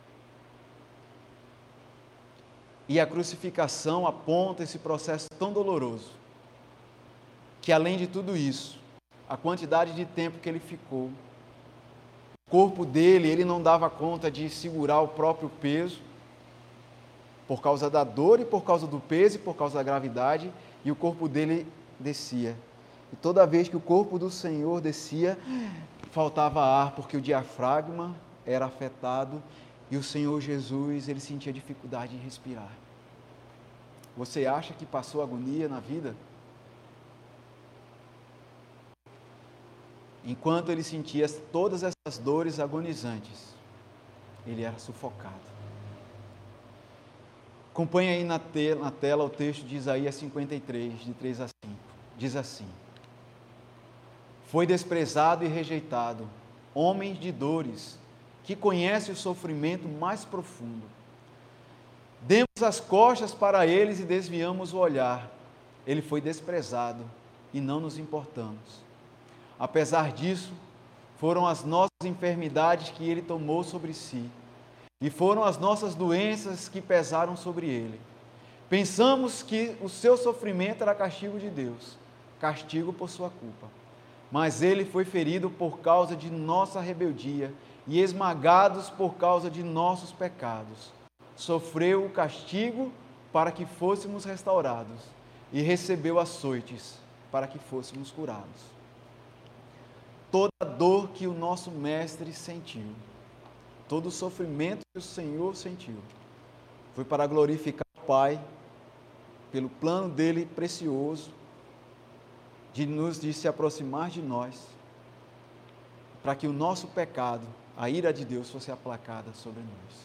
E a crucificação aponta esse processo tão doloroso, que além de tudo isso, a quantidade de tempo que ele ficou, o corpo dele, ele não dava conta de segurar o próprio peso, por causa da dor e por causa do peso e por causa da gravidade, e o corpo dele descia. E toda vez que o corpo do Senhor descia, faltava ar, porque o diafragma era afetado e o Senhor Jesus, ele sentia dificuldade em respirar. Você acha que passou agonia na vida? enquanto ele sentia todas essas dores agonizantes, ele era sufocado. Acompanhe aí na tela, na tela o texto de Isaías cinquenta e três, de três a cinco. Diz assim: foi desprezado e rejeitado, homem de dores, que conhece o sofrimento mais profundo. Demos as costas para eles e desviamos o olhar. Ele foi desprezado e não nos importamos. Apesar disso, foram as nossas enfermidades que ele tomou sobre si, e foram as nossas doenças que pesaram sobre ele. Pensamos que o seu sofrimento era castigo de Deus, castigo por sua culpa. Mas ele foi ferido por causa de nossa rebeldia e esmagados por causa de nossos pecados. Sofreu o castigo para que fôssemos restaurados e recebeu açoites para que fôssemos curados. Toda a dor que o nosso mestre sentiu, todo o sofrimento que o Senhor sentiu, foi para glorificar o Pai, pelo plano dele precioso, de nos de se aproximar de nós, para que o nosso pecado, a ira de Deus, fosse aplacada sobre nós.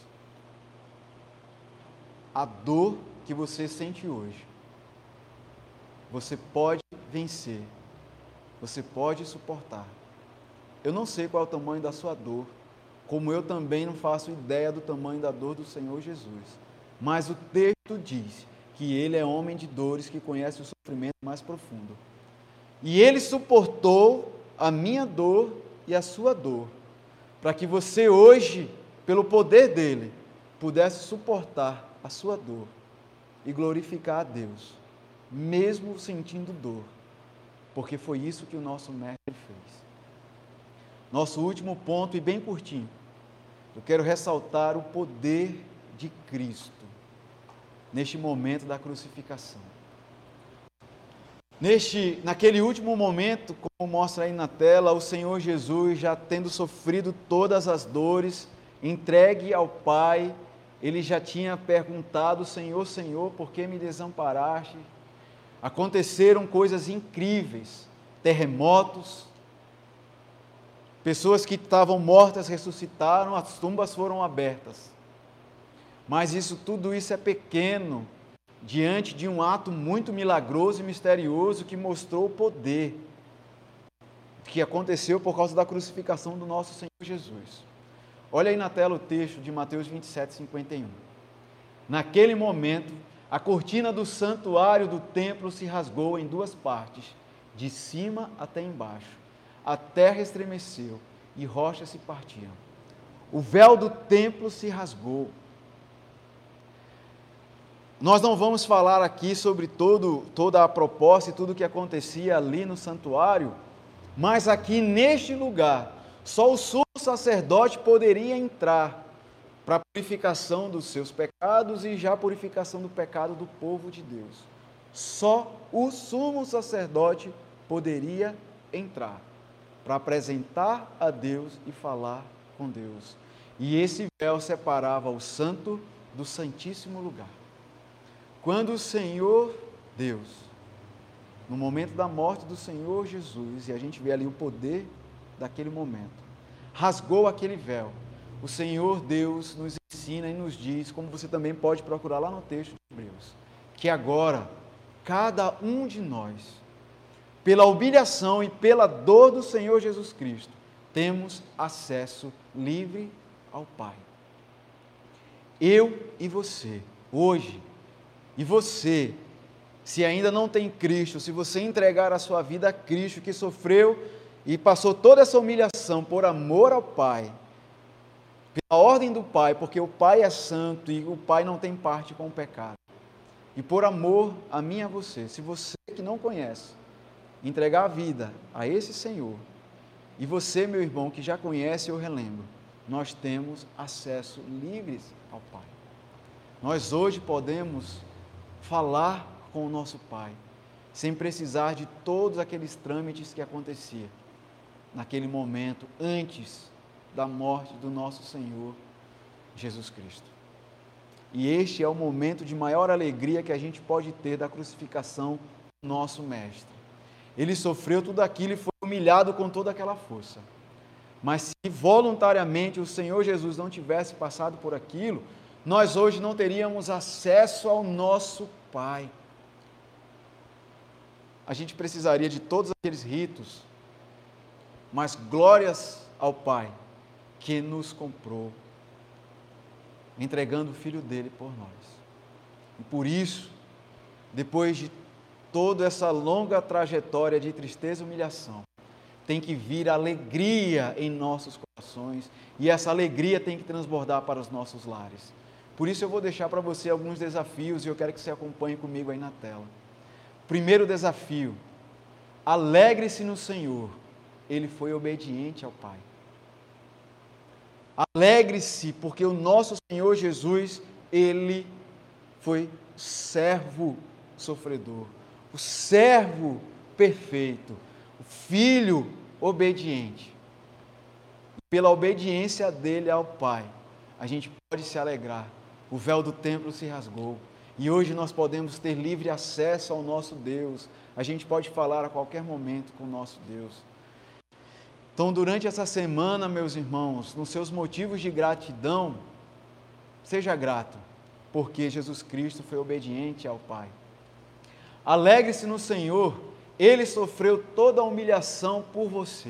A dor que você sente hoje, você pode vencer, você pode suportar. Eu não sei qual é o tamanho da sua dor, como eu também não faço ideia do tamanho da dor do Senhor Jesus. Mas o texto diz que ele é homem de dores, que conhece o sofrimento mais profundo. E ele suportou a minha dor e a sua dor, para que você hoje, pelo poder dele, pudesse suportar a sua dor e glorificar a Deus, mesmo sentindo dor, porque foi isso que o nosso mestre fez. Nosso último ponto, e bem curtinho, eu quero ressaltar o poder de Cristo neste momento da crucificação. Neste, naquele último momento, como mostra aí na tela, o Senhor Jesus, já tendo sofrido todas as dores, entregue ao Pai, ele já tinha perguntado: Senhor, Senhor, por que me desamparaste? Aconteceram coisas incríveis, terremotos, pessoas que estavam mortas ressuscitaram, as tumbas foram abertas. Mas isso, tudo isso é pequeno diante de um ato muito milagroso e misterioso que mostrou o poder que aconteceu por causa da crucificação do nosso Senhor Jesus. Olha aí na tela o texto de Mateus vinte e sete, cinquenta e um. Naquele momento, a cortina do santuário do templo se rasgou em duas partes, de cima até embaixo. A terra estremeceu e rochas se partiam. O véu do templo se rasgou. Nós não vamos falar aqui sobre todo, toda a proposta e tudo o que acontecia ali no santuário, mas aqui neste lugar, só o sumo sacerdote poderia entrar para a purificação dos seus pecados e já a purificação do pecado do povo de Deus. Só o sumo sacerdote poderia entrar para apresentar a Deus e falar com Deus. E esse véu separava o santo do santíssimo lugar. Quando o Senhor Deus, no momento da morte do Senhor Jesus, e a gente vê ali o poder daquele momento, rasgou aquele véu, o Senhor Deus nos ensina e nos diz, como você também pode procurar lá no texto de Hebreus, que agora, cada um de nós, pela humilhação e pela dor do Senhor Jesus Cristo, temos acesso livre ao Pai. Eu e você, hoje, e você, se ainda não tem Cristo, se você entregar a sua vida a Cristo, que sofreu e passou toda essa humilhação por amor ao Pai, pela ordem do Pai, porque o Pai é santo e o Pai não tem parte com o pecado, e por amor a mim e a você, se você que não conhece, entregar a vida a esse Senhor, e você, meu irmão, que já conhece, eu relembro, nós temos acesso livres ao Pai. Nós hoje podemos falar com o nosso Pai, sem precisar de todos aqueles trâmites que aconteciam naquele momento, antes da morte do nosso Senhor Jesus Cristo. E este é o momento de maior alegria que a gente pode ter da crucificação do nosso Mestre. Ele sofreu tudo aquilo e foi humilhado com toda aquela força. Mas se voluntariamente o Senhor Jesus não tivesse passado por aquilo, nós hoje não teríamos acesso ao nosso Pai. A gente precisaria de todos aqueles ritos, mas glórias ao Pai que nos comprou, entregando o Filho dele por nós. E por isso, depois de toda essa longa trajetória de tristeza e humilhação, tem que vir alegria em nossos corações, e essa alegria tem que transbordar para os nossos lares. Por isso eu vou deixar para você alguns desafios, e eu quero que você acompanhe comigo aí na tela. Primeiro desafio: alegre-se no Senhor, Ele foi obediente ao Pai. Alegre-se, porque o nosso Senhor Jesus, Ele foi servo sofredor, o servo perfeito, o filho obediente. Pela obediência dele ao Pai, a gente pode se alegrar. O véu do templo se rasgou e hoje nós podemos ter livre acesso ao nosso Deus. A gente pode falar a qualquer momento com o nosso Deus. Então, durante essa semana, meus irmãos, nos seus motivos de gratidão, seja grato, porque Jesus Cristo foi obediente ao Pai. Alegre-se no Senhor, Ele sofreu toda a humilhação por você.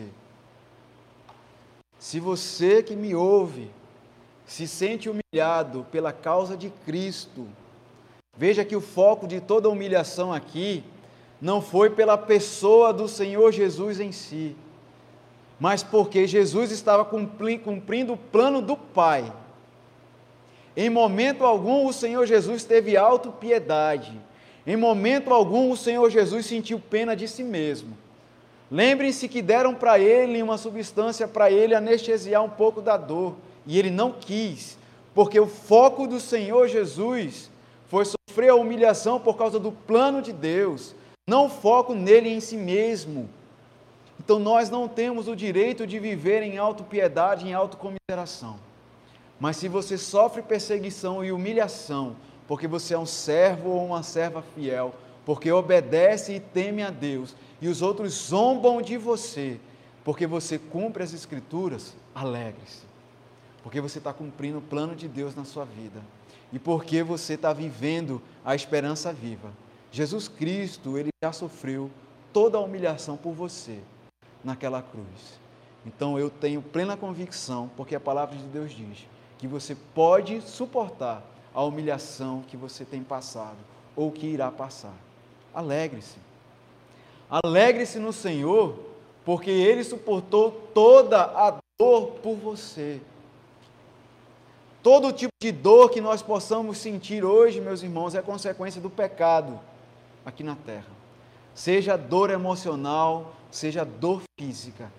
Se você que me ouve se sente humilhado pela causa de Cristo, veja que o foco de toda a humilhação aqui não foi pela pessoa do Senhor Jesus em si, mas porque Jesus estava cumprindo o plano do Pai. Em momento algum o Senhor Jesus teve autopiedade, em momento algum o Senhor Jesus sentiu pena de si mesmo. Lembrem-se que deram para ele uma substância para ele anestesiar um pouco da dor, e ele não quis, porque o foco do Senhor Jesus foi sofrer a humilhação por causa do plano de Deus, não o foco nele em si mesmo. Então nós não temos o direito de viver em autopiedade, em autocomiseração. Mas se você sofre perseguição e humilhação, porque você é um servo ou uma serva fiel, porque obedece e teme a Deus, e os outros zombam de você, porque você cumpre as Escrituras, alegre-se. Porque você está cumprindo o plano de Deus na sua vida. E porque você está vivendo a esperança viva. Jesus Cristo, Ele já sofreu toda a humilhação por você naquela cruz. Então eu tenho plena convicção, porque a palavra de Deus diz, que você pode suportar a humilhação que você tem passado, ou que irá passar. Alegre-se. Alegre-se no Senhor, porque Ele suportou toda a dor por você. Todo tipo de dor que nós possamos sentir hoje, meus irmãos, é consequência do pecado aqui na terra. Seja dor emocional, seja dor física.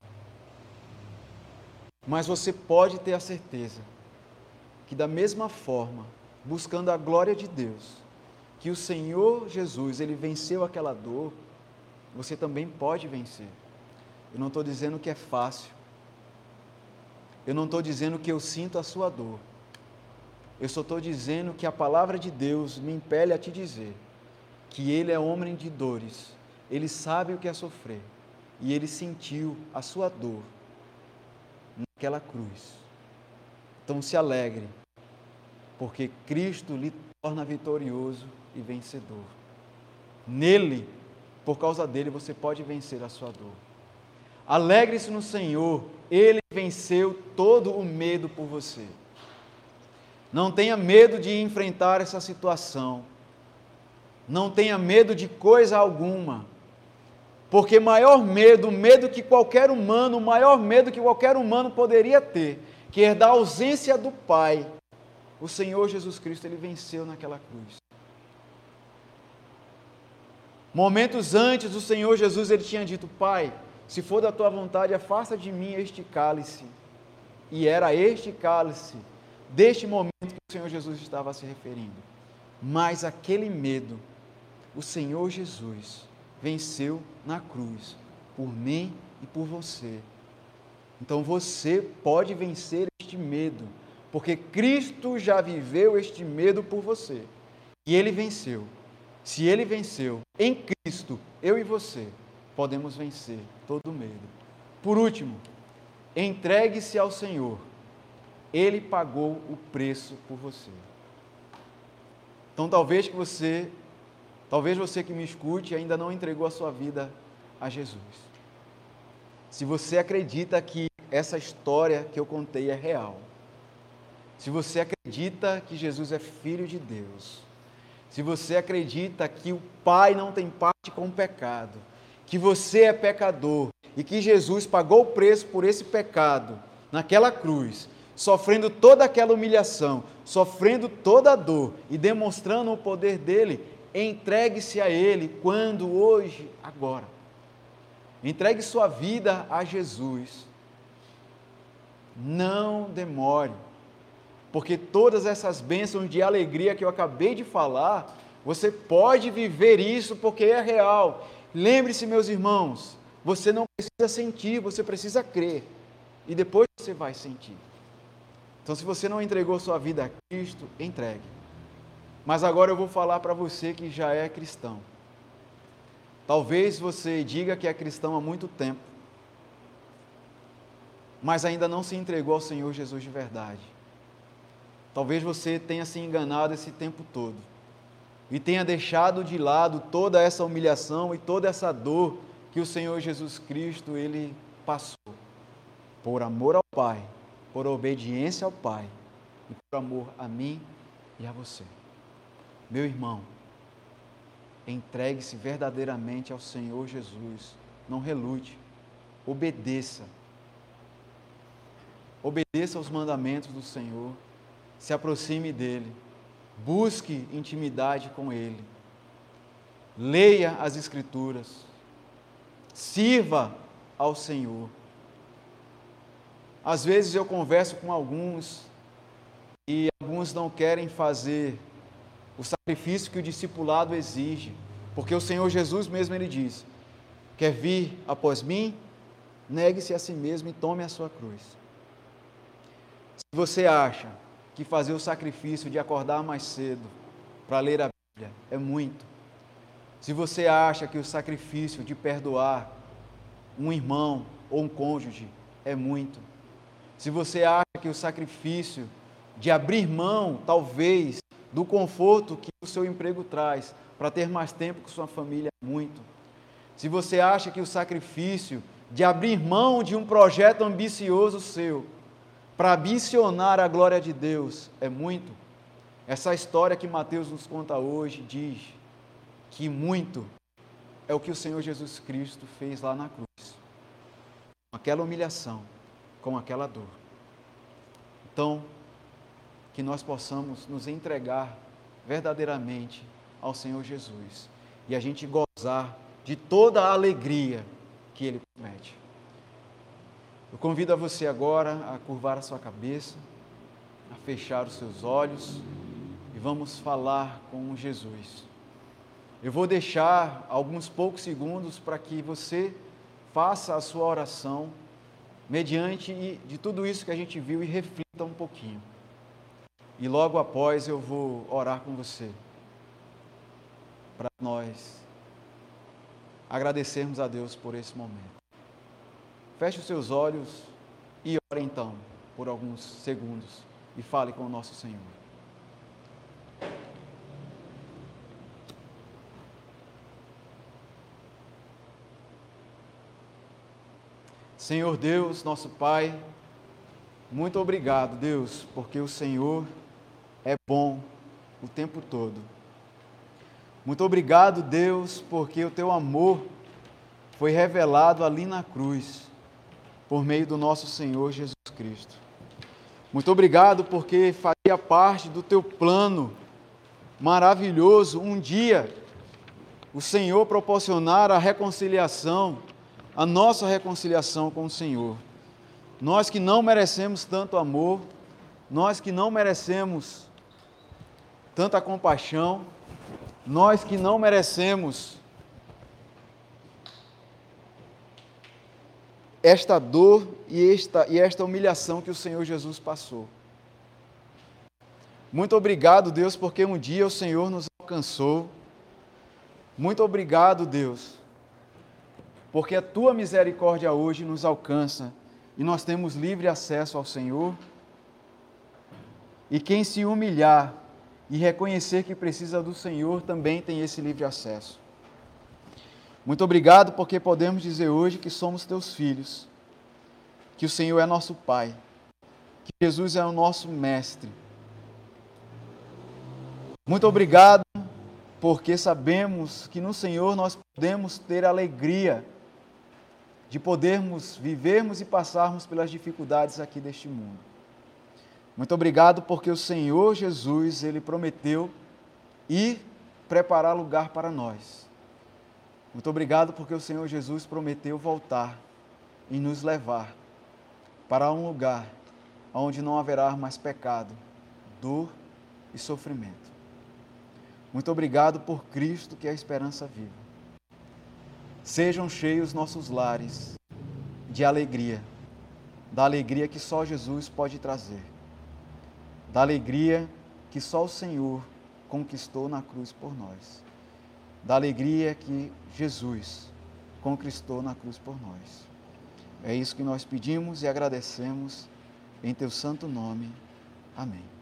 Mas você pode ter a certeza que da mesma forma, buscando a glória de Deus, que o Senhor Jesus, Ele venceu aquela dor, você também pode vencer. Eu não estou dizendo que é fácil. Eu não estou dizendo que eu sinto a sua dor. Eu só estou dizendo que a palavra de Deus me impele a te dizer que Ele é homem de dores. Ele sabe o que é sofrer. E Ele sentiu a sua dor naquela cruz. Então se alegre, porque Cristo lhe torna vitorioso e vencedor. Nele, por causa dele, você pode vencer a sua dor. Alegre-se no Senhor, Ele venceu todo o medo por você. Não tenha medo de enfrentar essa situação. Não tenha medo de coisa alguma. Porque maior medo, o medo que qualquer humano, o maior medo que qualquer humano poderia ter, que é da ausência do Pai, o Senhor Jesus Cristo, Ele venceu naquela cruz. Momentos antes, o Senhor Jesus, Ele tinha dito, Pai, se for da Tua vontade, afasta de mim este cálice. E era este cálice, deste momento que o Senhor Jesus estava se referindo. Mas aquele medo, o Senhor Jesus venceu na cruz, por mim e por você. Então você pode vencer este medo, porque Cristo já viveu este medo por você. E Ele venceu. Se Ele venceu em Cristo, eu e você podemos vencer todo medo. Por último, entregue-se ao Senhor. Ele pagou o preço por você. Então, talvez que você, talvez você que me escute ainda não entregou a sua vida a Jesus. Se você acredita que essa história que eu contei é real, se você acredita que Jesus é Filho de Deus, se você acredita que o Pai não tem parte com o pecado, que você é pecador e que Jesus pagou o preço por esse pecado naquela cruz, sofrendo toda aquela humilhação, sofrendo toda a dor e demonstrando o poder dele, entregue-se a Ele quando, hoje, agora. Entregue sua vida a Jesus. Não demore, porque todas essas bênçãos de alegria que eu acabei de falar, você pode viver isso porque é real. Lembre-se, meus irmãos, você não precisa sentir, você precisa crer, e depois você vai sentir. Então, se você não entregou sua vida a Cristo, entregue. Mas agora eu vou falar para você que já é cristão. Talvez você diga que é cristão há muito tempo, mas ainda não se entregou ao Senhor Jesus de verdade. Talvez você tenha se enganado esse tempo todo e tenha deixado de lado toda essa humilhação e toda essa dor que o Senhor Jesus Cristo, Ele passou, por amor ao Pai, por obediência ao Pai e por amor a mim e a você. Meu irmão, entregue-se verdadeiramente ao Senhor Jesus, não relute, obedeça. Obedeça aos mandamentos do Senhor, se aproxime dEle, busque intimidade com Ele, leia as Escrituras, sirva ao Senhor. Às vezes eu converso com alguns e alguns não querem fazer o sacrifício que o discipulado exige, porque o Senhor Jesus mesmo, Ele diz: quer vir após mim? Negue-se a si mesmo e tome a sua cruz. Se você acha que fazer o sacrifício de acordar mais cedo para ler a Bíblia é muito, se você acha que o sacrifício de perdoar um irmão ou um cônjuge é muito, se você acha que o sacrifício de abrir mão, talvez, do conforto que o seu emprego traz para ter mais tempo com sua família é muito, se você acha que o sacrifício de abrir mão de um projeto ambicioso seu para ambicionar a glória de Deus é muito, essa história que Mateus nos conta hoje diz que muito é o que o Senhor Jesus Cristo fez lá na cruz, com aquela humilhação, com aquela dor. Então, que nós possamos nos entregar verdadeiramente ao Senhor Jesus e a gente gozar de toda a alegria que Ele promete. Eu convido a você agora a curvar a sua cabeça, a fechar os seus olhos e vamos falar com Jesus. Eu vou deixar alguns poucos segundos para que você faça a sua oração mediante de tudo isso que a gente viu e reflita um pouquinho. E logo após eu vou orar com você, para nós agradecermos a Deus por esse momento. Feche os seus olhos e ore então por alguns segundos e fale com o nosso Senhor. Senhor Deus, nosso Pai, muito obrigado, Deus, porque o Senhor é bom o tempo todo. Muito obrigado, Deus, porque o Teu amor foi revelado ali na cruz, por meio do nosso Senhor Jesus Cristo. Muito obrigado porque fazia parte do Teu plano maravilhoso, um dia, o Senhor proporcionar a reconciliação, a nossa reconciliação com o Senhor. Nós que não merecemos tanto amor, nós que não merecemos tanta compaixão, nós que não merecemos esta dor e esta, e esta humilhação que o Senhor Jesus passou. Muito obrigado, Deus, porque um dia o Senhor nos alcançou. Muito obrigado, Deus, porque a tua misericórdia hoje nos alcança e nós temos livre acesso ao Senhor. E quem se humilhar e reconhecer que precisa do Senhor também tem esse livre acesso. Muito obrigado, porque podemos dizer hoje que somos teus filhos, que o Senhor é nosso Pai, que Jesus é o nosso Mestre. Muito obrigado, porque sabemos que no Senhor nós podemos ter alegria de podermos vivermos e passarmos pelas dificuldades aqui deste mundo. Muito obrigado, porque o Senhor Jesus, Ele prometeu ir preparar lugar para nós. Muito obrigado, porque o Senhor Jesus prometeu voltar e nos levar para um lugar onde não haverá mais pecado, dor e sofrimento. Muito obrigado por Cristo, que é a esperança viva. Sejam cheios nossos lares de alegria, da alegria que só Jesus pode trazer, da alegria que só o Senhor conquistou na cruz por nós, da alegria que Jesus conquistou na cruz por nós. É isso que nós pedimos e agradecemos em teu santo nome. Amém.